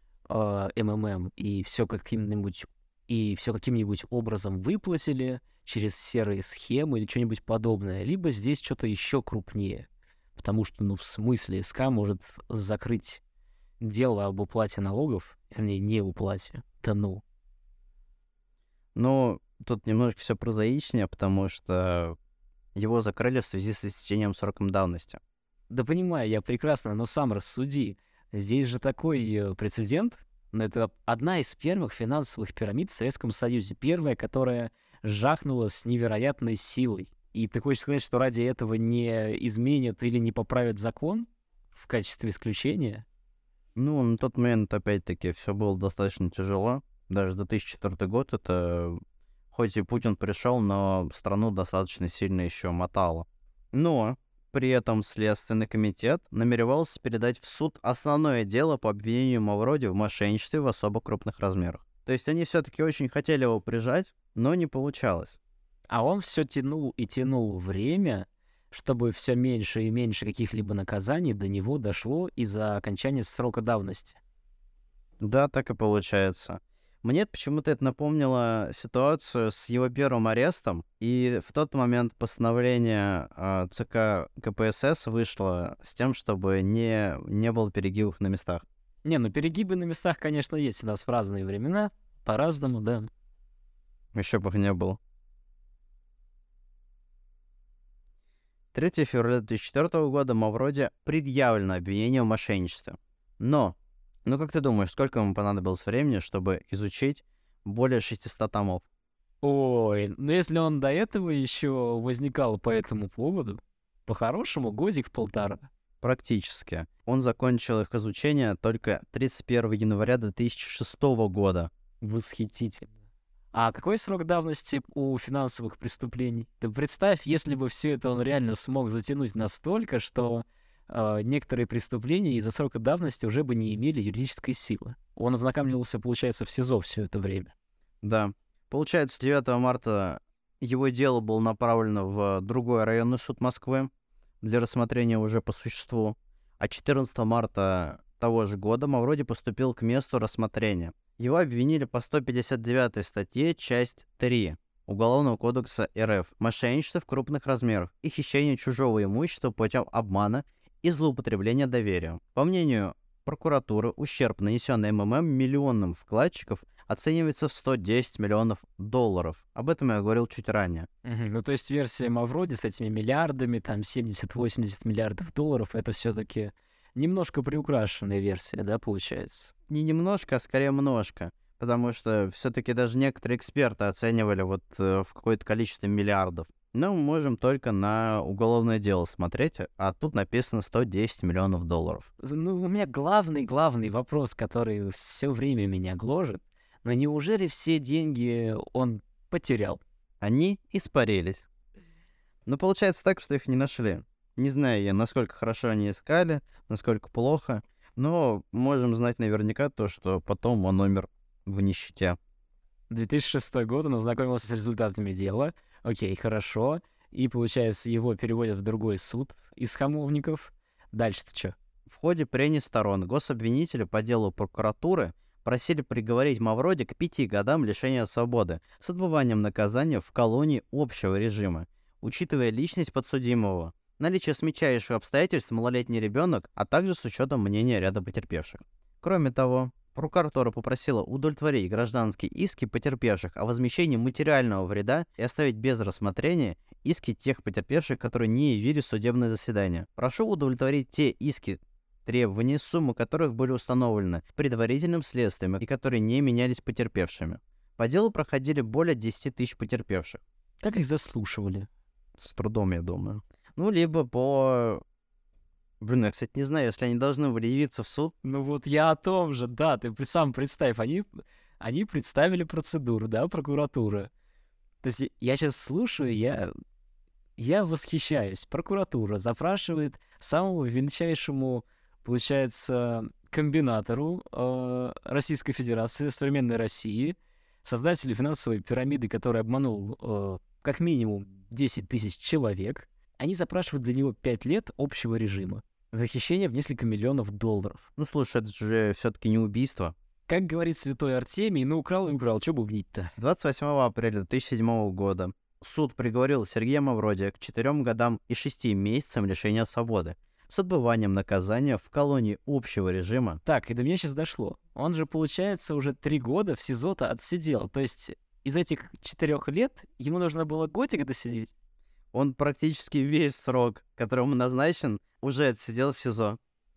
МММ и все каким-нибудь образом выплатили через серые схемы или что-нибудь подобное, либо здесь что-то еще крупнее. Потому что, в смысле, СК может закрыть дело об уплате налогов, вернее, не уплате. Да ну. Ну, тут немножко все прозаичнее, потому что его закрыли в связи с истечением сроком давности. Да понимаю, я прекрасно, но сам рассуди. Здесь же такой прецедент, но это одна из первых финансовых пирамид в Советском Союзе. Первая, которая жахнула с невероятной силой. И ты хочешь сказать, что ради этого не изменят или не поправят закон в качестве исключения? Ну, на тот момент, опять-таки, все было достаточно тяжело. Даже 2004 год, это хоть и Путин пришел, но страну достаточно сильно еще мотало. Но при этом Следственный комитет намеревался передать в суд основное дело по обвинению Мавроди в мошенничестве в особо крупных размерах. То есть они все-таки очень хотели его прижать, но не получалось. А он все тянул и тянул время, чтобы все меньше и меньше каких-либо наказаний до него дошло из-за окончания срока давности. Да, так и получается. Мне почему-то это напомнило ситуацию с его первым арестом, и в тот момент постановление ЦК КПСС вышло с тем, чтобы не было перегибов на местах. Перегибы на местах, конечно, есть у нас в разные времена, по-разному, да. Еще бы их не было. 3 февраля 2004 года Мавроди предъявлено обвинение в мошенничестве. Но, как ты думаешь, сколько ему понадобилось времени, чтобы изучить более 600 томов? Ой, если он до этого еще возникал по этому поводу, по-хорошему, 1.5 года. Практически. Он закончил их изучение только 31 января 2006 года. Восхитительно. А какой срок давности у финансовых преступлений? Ты представь, если бы все это он реально смог затянуть настолько, что некоторые преступления из-за срока давности уже бы не имели юридической силы. Он ознакомился, получается, в СИЗО все это время. Да. Получается, 9 марта его дело было направлено в другой районный суд Москвы для рассмотрения уже по существу. А 14 марта того же года Мавроди поступил к месту рассмотрения. Его обвинили по 159 статье, часть 3 Уголовного кодекса РФ «Мошенничество в крупных размерах и хищение чужого имущества путем обмана и злоупотребления доверием». По мнению прокуратуры, ущерб, нанесенный МММ миллионам вкладчиков, оценивается в 110 миллионов долларов. Об этом я говорил чуть ранее. То есть версия Мавроди с этими миллиардами, там 70-80 миллиардов долларов, это все-таки немножко приукрашенная версия, да, получается? Не немножко, а скорее множко. Потому что все-таки даже некоторые эксперты оценивали в какое-то количество миллиардов. Но мы можем только на уголовное дело смотреть, а тут написано 110 миллионов долларов. Ну, у меня главный вопрос, который все время меня гложет. Но неужели все деньги он потерял? Они испарились. Но получается так, что их не нашли. Не знаю я, насколько хорошо они искали, насколько плохо, но можем знать наверняка то, что потом он умер в нищете. 2006 год он ознакомился с результатами дела. Окей, хорошо. И, получается, его переводят в другой суд из Хамовников. Дальше-то что? В ходе прений сторон гособвинители по делу прокуратуры просили приговорить Мавроди к 5 годам лишения свободы с отбыванием наказания в колонии общего режима, учитывая личность подсудимого, наличие смягчающих обстоятельств малолетний ребенок, а также с учетом мнения ряда потерпевших. Кроме того, прокуратура попросила удовлетворить гражданские иски потерпевших о возмещении материального вреда и оставить без рассмотрения иски тех потерпевших, которые не явились в судебное заседание. Прошу удовлетворить те иски, требования, суммы которых были установлены предварительным следствием и которые не менялись потерпевшими. По делу проходили более 10 тысяч потерпевших. Как их заслушивали? С трудом, я думаю. Ну, либо по... Блин, я, кстати, не знаю, если они должны были явиться в суд. Ну вот я о том же, да, ты сам представь, они представили процедуру, да, прокуратура. То есть я сейчас слушаю, я восхищаюсь. Прокуратура запрашивает самому величайшему, получается, комбинатору Российской Федерации, современной России, создателю финансовой пирамиды, который обманул как минимум 10 тысяч человек. Они запрашивают для него 5 лет общего режима за хищение в несколько миллионов долларов. Ну, слушай, это же все-таки не убийство. Как говорит святой Артемий, ну украл и украл, что бубнить-то? 28 апреля 2007 года суд приговорил Сергея Мавроди к 4 годам и 6 месяцам лишения свободы с отбыванием наказания в колонии общего режима. Так, и до меня сейчас дошло. Он же, получается, уже 3 года в СИЗО-то отсидел. То есть из этих 4 лет ему нужно было годик досидеть? Он практически весь срок, который ему назначен, уже отсидел в СИЗО.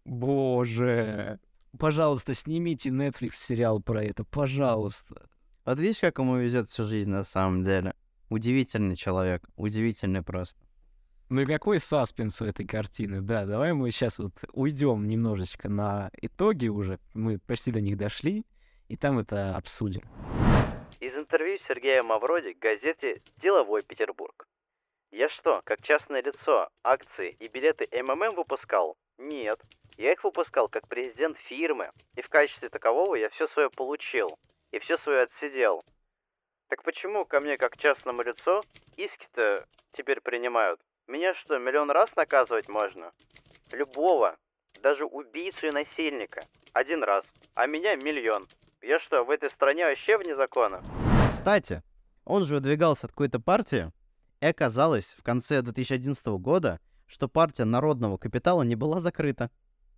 Боже. Пожалуйста, снимите Netflix сериал про это, пожалуйста. Вот видишь, как ему везет всю жизнь на самом деле. Удивительный человек, удивительный просто. Ну и какой саспенс у этой картины? Да, давай мы сейчас вот уйдем немножечко на итоги уже. Мы почти до них дошли, и там это обсудим. Из интервью Сергея Мавроди газете «Деловой Петербург». Я что, как частное лицо, акции и билеты МММ выпускал? Нет. Я их выпускал как президент фирмы, и в качестве такового я все свое получил, и все свое отсидел. Так почему ко мне, как частному лицу, иски-то теперь принимают? Меня что, миллион раз наказывать можно? Любого, даже убийцу и насильника. 1 раз, а меня миллион. Я что, в этой стране вообще вне закона? Кстати, он же выдвигался от какой-то партии, и оказалось в конце 2011 года, что партия Народного капитала не была закрыта.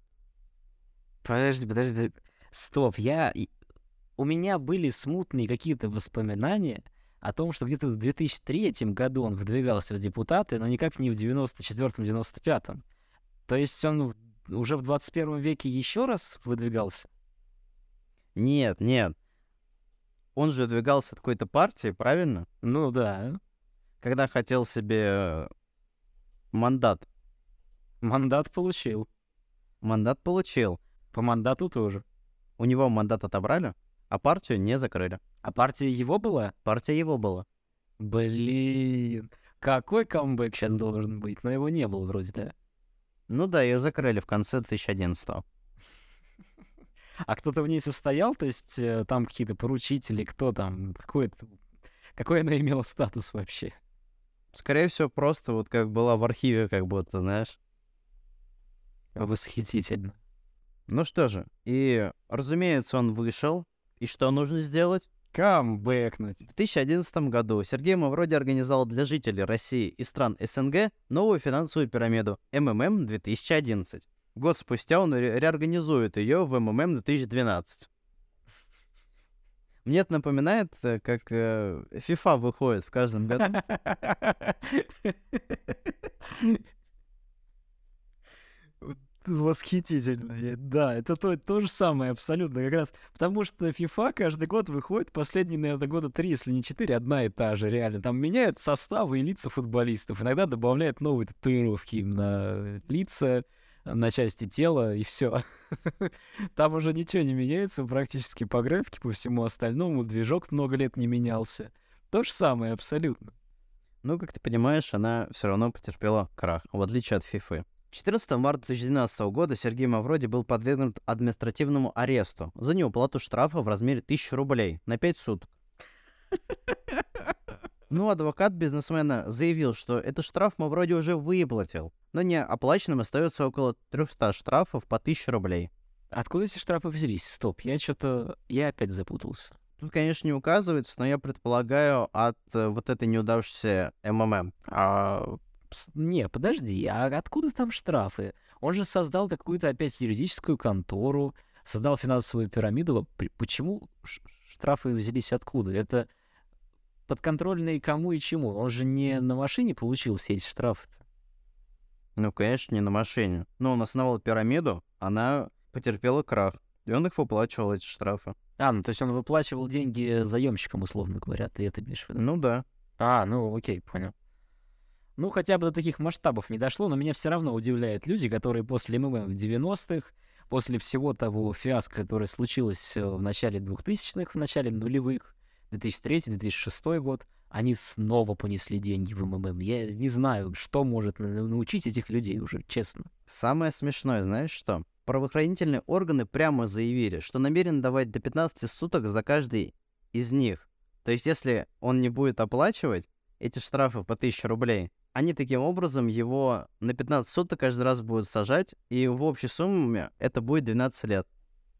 Подожди. Стоп, у меня были смутные какие-то воспоминания о том, что где-то в 2003 году он выдвигался в депутаты, но никак не в 94-95. То есть он уже в 21 веке еще раз выдвигался? Нет. Он же выдвигался от какой-то партии, правильно? Ну да. Когда хотел себе мандат. Мандат получил. Мандат получил. По мандату тоже. У него мандат отобрали, а партию не закрыли. А партия его была? Партия его была. Блин. Какой камбэк сейчас должен быть? Но его не было вроде, да? Ну да, ее закрыли в конце 2011-го. А кто-то в ней состоял? То есть там какие-то поручители, кто там? Какой она имела статус вообще? Скорее всего, просто вот как была в архиве, как будто, знаешь. Восхитительно. Ну что же, и, разумеется, он вышел. И что нужно сделать? Камбэкнуть. В 2011 году Сергей Мавроди организовал для жителей России и стран СНГ новую финансовую пирамиду МММ 2011. Год спустя он реорганизует ее в МММ 2012. Мне это напоминает, как FIFA выходит в каждом году. Восхитительно. Да, это то же самое абсолютно как раз. Потому что FIFA каждый год выходит, последние, наверное, года 3, если не 4, одна и та же, реально. Там меняют составы и лица футболистов. Иногда добавляют новые татуировки им на лица, на части тела, и все. Там уже ничего не меняется практически по графике, по всему остальному. Движок много лет не менялся. То же самое абсолютно. Ну, как ты понимаешь, она все равно потерпела крах, в отличие от FIFA. 14 марта 2012 года Сергей Мавроди был подвергнут административному аресту за неуплату штрафа в размере 1000 рублей на 5 суток. Ну, адвокат бизнесмена заявил, что этот штраф Мавроди уже выплатил, но не оплаченным остается около 300 штрафов по 1000 рублей. Откуда эти штрафы взялись? Стоп, я опять запутался. Тут, конечно, не указывается, но я предполагаю от вот этой неудавшейся МММ. Не, подожди, а откуда там штрафы? Он же создал какую-то опять юридическую контору, создал финансовую пирамиду. Почему штрафы взялись откуда? Это подконтрольные кому и чему? Он же не на машине получил все эти штрафы-то. Ну, конечно, не на машине. Но он основал пирамиду, она потерпела крах, и он их выплачивал, эти штрафы. Ну то есть он выплачивал деньги заемщикам, условно говоря, ты это имеешь в виду? Ну да. Ну окей, понял. Ну, хотя бы до таких масштабов не дошло, но меня все равно удивляют люди, которые после МММ в 90-х, после всего того фиаско, которое случилось в начале 2000-х, в начале нулевых, 2003-2006 год, они снова понесли деньги в МММ. Я не знаю, что может научить этих людей уже, честно. Самое смешное, знаешь что? Правоохранительные органы прямо заявили, что намерены давать до 15 суток за каждый из них. То есть, если он не будет оплачивать эти штрафы по 1000 рублей, они таким образом его на 15 суток каждый раз будут сажать, и в общей сумме это будет 12 лет.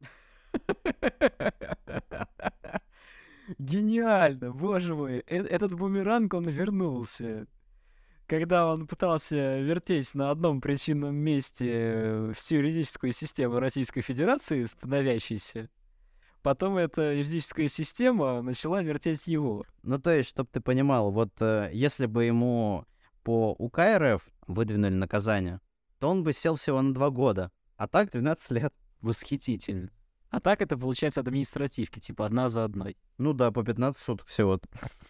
Гениально, боже мой. Этот бумеранг, он вернулся. Когда он пытался вертеть на одном причинном месте всю юридическую систему Российской Федерации, становящейся, потом эта юридическая система начала вертеть его. Ну, то есть, чтобы ты понимал, вот если бы ему по УК РФ выдвинули наказание, то он бы сел всего на 2 года, а так 12 лет. Восхитительно. А так это получается административки, типа одна за одной. Ну да, по 15 суток всего.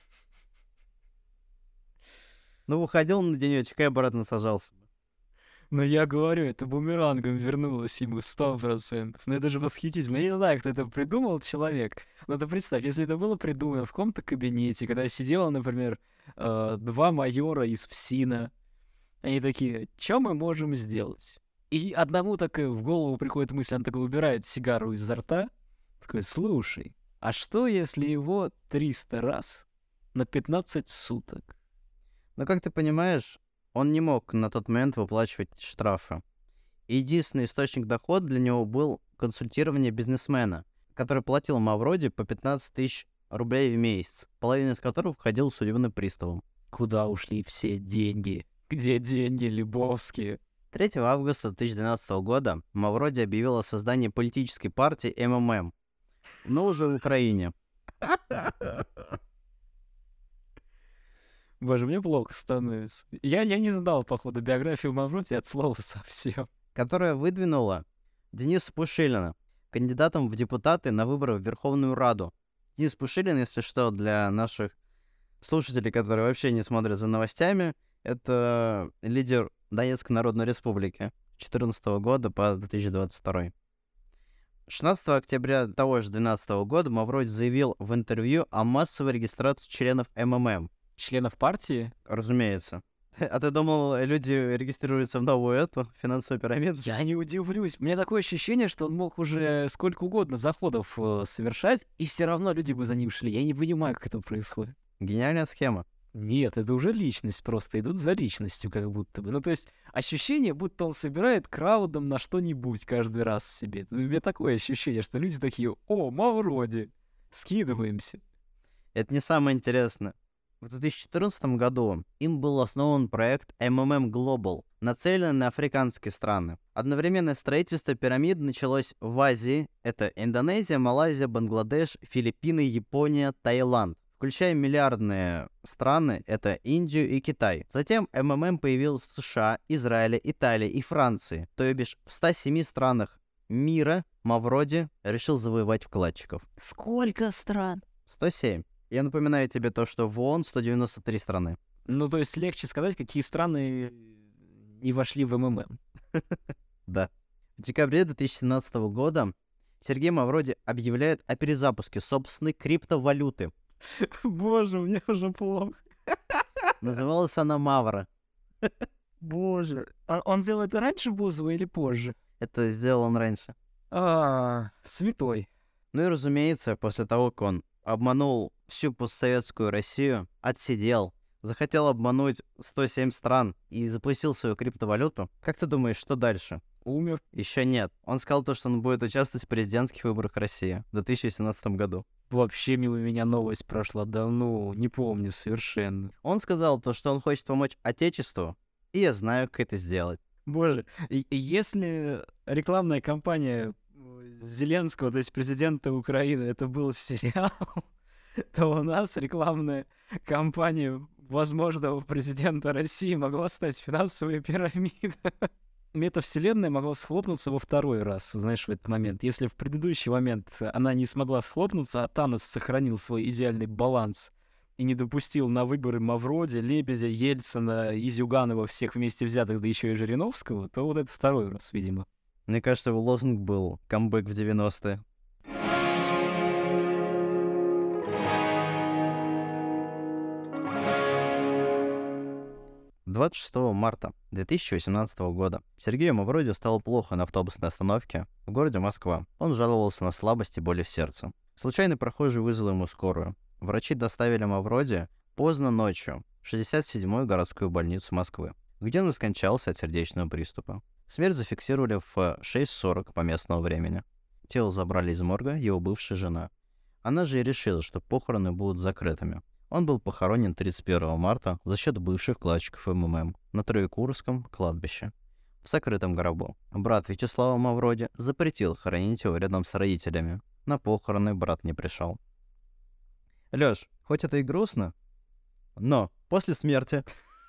Ну, выходил на денечек и обратно сажался. Но я говорю, это бумерангом вернулось ему 100%. Ну это же восхитительно. Я не знаю, кто это придумал, человек. Но ты представь, если это было придумано в каком-то кабинете, когда сидело, например, 2 майора из ФСИНа, они такие, что мы можем сделать? И одному так в голову приходит мысль, он такой убирает сигару изо рта, такой, слушай, а что, если его 300 раз на 15 суток? Но, как ты понимаешь, он не мог на тот момент выплачивать штрафы. Единственный источник дохода для него был консультирование бизнесмена, который платил Мавроди по 15 тысяч рублей в месяц, половина из которых входила судебным приставом. Куда ушли все деньги? Где деньги лебовские? 3 августа 2012 года Мавроди объявил о создании политической партии МММ, но уже в Украине. Боже, мне плохо становится. Я не знал, походу, биографию Мавроди от слова совсем. Которая выдвинула Дениса Пушилина кандидатом в депутаты на выборы в Верховную Раду. Денис Пушилин, если что, для наших слушателей, которые вообще не смотрят за новостями, это лидер Донецкой Народной Республики с 2014 года по 2022. 16 октября того же 2012 года Мавроди заявил в интервью о массовой регистрации членов МММ. Членов партии? Разумеется. А ты думал, люди регистрируются в новую финансовую пирамиду? Я не удивлюсь. У меня такое ощущение, что он мог уже сколько угодно заходов совершать, и все равно люди бы за ним шли. Я не понимаю, как это происходит. Гениальная схема. Нет, это уже личность просто. Идут за личностью как будто бы. Ну, то есть ощущение, будто он собирает краудом на что-нибудь каждый раз себе. У меня такое ощущение, что люди такие, о, Мавроди, скидываемся. Это не самое интересное. В 2014 году им был основан проект MMM Global, нацеленный на африканские страны. Одновременное строительство пирамид началось в Азии. Это Индонезия, Малайзия, Бангладеш, Филиппины, Япония, Таиланд. включая миллиардные страны, это Индию и Китай. Затем МММ появился в США, Израиле, Италии и Франции. То бишь в 107 странах мира Мавроди решил завоевать вкладчиков. Сколько стран? 107. Я напоминаю тебе то, что в ООН 193 страны. Ну, то есть легче сказать, какие страны не вошли в МММ. Да. В декабре 2017 года Сергей Мавроди объявляет о перезапуске собственной криптовалюты. Боже, мне уже плохо. Называлась она Мавра. Боже. А он сделал это раньше Бузова или позже? Это сделал он раньше. Святой. Ну и разумеется, после того, как он обманул всю постсоветскую Россию, отсидел, захотел обмануть 107 стран и запустил свою криптовалюту, как ты думаешь, что дальше? Умер. Еще нет. Он сказал то, что он будет участвовать в президентских выборах России в 2017 году. Вообще мимо меня новость прошла, да ну, не помню совершенно. Он сказал то, что он хочет помочь Отечеству, и я знаю, как это сделать. Боже, если рекламная кампания Зеленского, то есть президента Украины, это был сериал, то у нас рекламная кампания возможного президента России могла стать финансовой пирамидой. Метавселенная могла схлопнуться во второй раз, знаешь, в этот момент. Если в предыдущий момент она не смогла схлопнуться, а Танос сохранил свой идеальный баланс и не допустил на выборы Мавроди, Лебедя, Ельцина и Зюганова всех вместе взятых, да еще и Жириновского, то вот это второй раз, видимо. Мне кажется, его лозунг был «Камбэк в 90-е». — 26 марта 2018 года Сергею Мавроди стало плохо на автобусной остановке в городе Москва. Он жаловался на слабость и боли в сердце. Случайный прохожий вызвал ему скорую. Врачи доставили Мавроди поздно ночью в 67-ю городскую больницу Москвы, где он и скончался от сердечного приступа. Смерть зафиксировали в 6:40 по местному времени. Тело забрали из морга его бывшая жена. Она же и решила, что похороны будут закрытыми. Он был похоронен 31 марта за счет бывших вкладчиков МММ на Троекуровском кладбище в закрытом гробу. Брат Вячеслава Мавроди запретил хоронить его рядом с родителями. На похороны брат не пришел. Лёш, хоть это и грустно, но после смерти...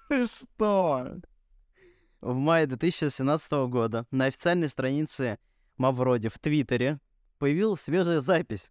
Что? В мае 2017 года на официальной странице Мавроди в Твиттере появилась свежая запись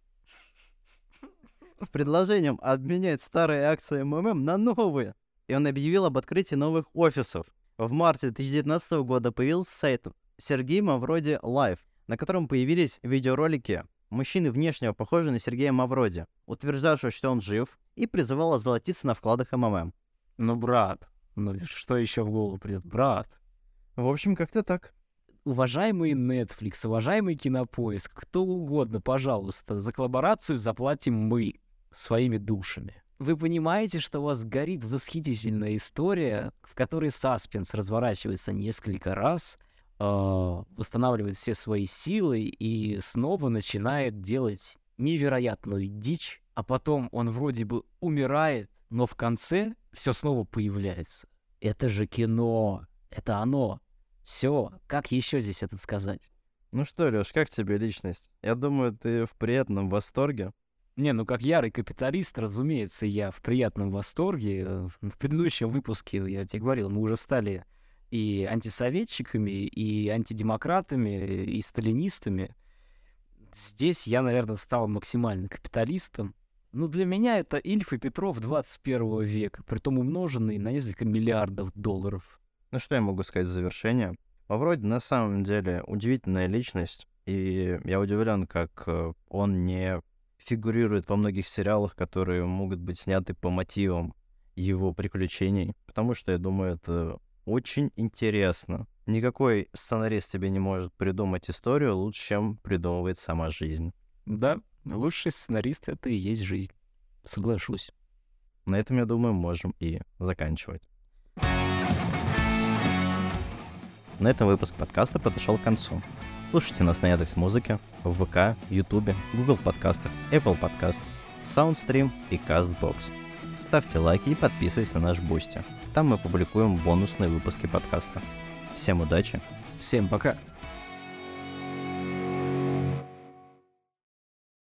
с предложением обменять старые акции МММ на новые. И он объявил об открытии новых офисов. В марте 2019 года появился сайт Сергей Мавроди Лайв, на котором появились видеоролики мужчины внешнего, похожего на Сергея Мавроди, утверждавшего, что он жив, и призывал озолотиться на вкладах МММ. Ну, брат, ну что еще в голову придет? Брат. В общем, как-то так. Уважаемый Netflix, уважаемый Кинопоиск, кто угодно, пожалуйста, за коллаборацию заплатим мы своими душами. Вы понимаете, что у вас горит восхитительная история, в которой саспенс разворачивается несколько раз, восстанавливает все свои силы и снова начинает делать невероятную дичь, а потом он вроде бы умирает, но в конце все снова появляется. Это же кино, это оно. Все, как еще здесь это сказать? Ну что, Лёш, как тебе личность? Я думаю, ты в приятном восторге. Не, ну как ярый капиталист, разумеется, я в приятном восторге. В предыдущем выпуске, я тебе говорил, мы уже стали и антисоветчиками, и антидемократами, и сталинистами. Здесь я, наверное, стал максимально капиталистом. Ну, для меня это Ильф и Петров 21 века, притом умноженный на несколько миллиардов долларов. Ну что я могу сказать в завершение? Мавроди на самом деле удивительная личность, и я удивлен, как он не фигурирует во многих сериалах, которые могут быть сняты по мотивам его приключений, потому что, я думаю, это очень интересно. Никакой сценарист тебе не может придумать историю лучше, чем придумывает сама жизнь. Да, лучший сценарист — это и есть жизнь. Соглашусь. На этом, я думаю, можем и заканчивать. На этом выпуск подкаста подошел к концу. Слушайте нас на Яндекс.Музыке, в ВК, Ютубе, Google подкастах, Apple подкастах, Soundstream и CastBox. Ставьте лайки и подписывайтесь на наш Бусти. Там мы публикуем бонусные выпуски подкаста. Всем удачи! Всем пока!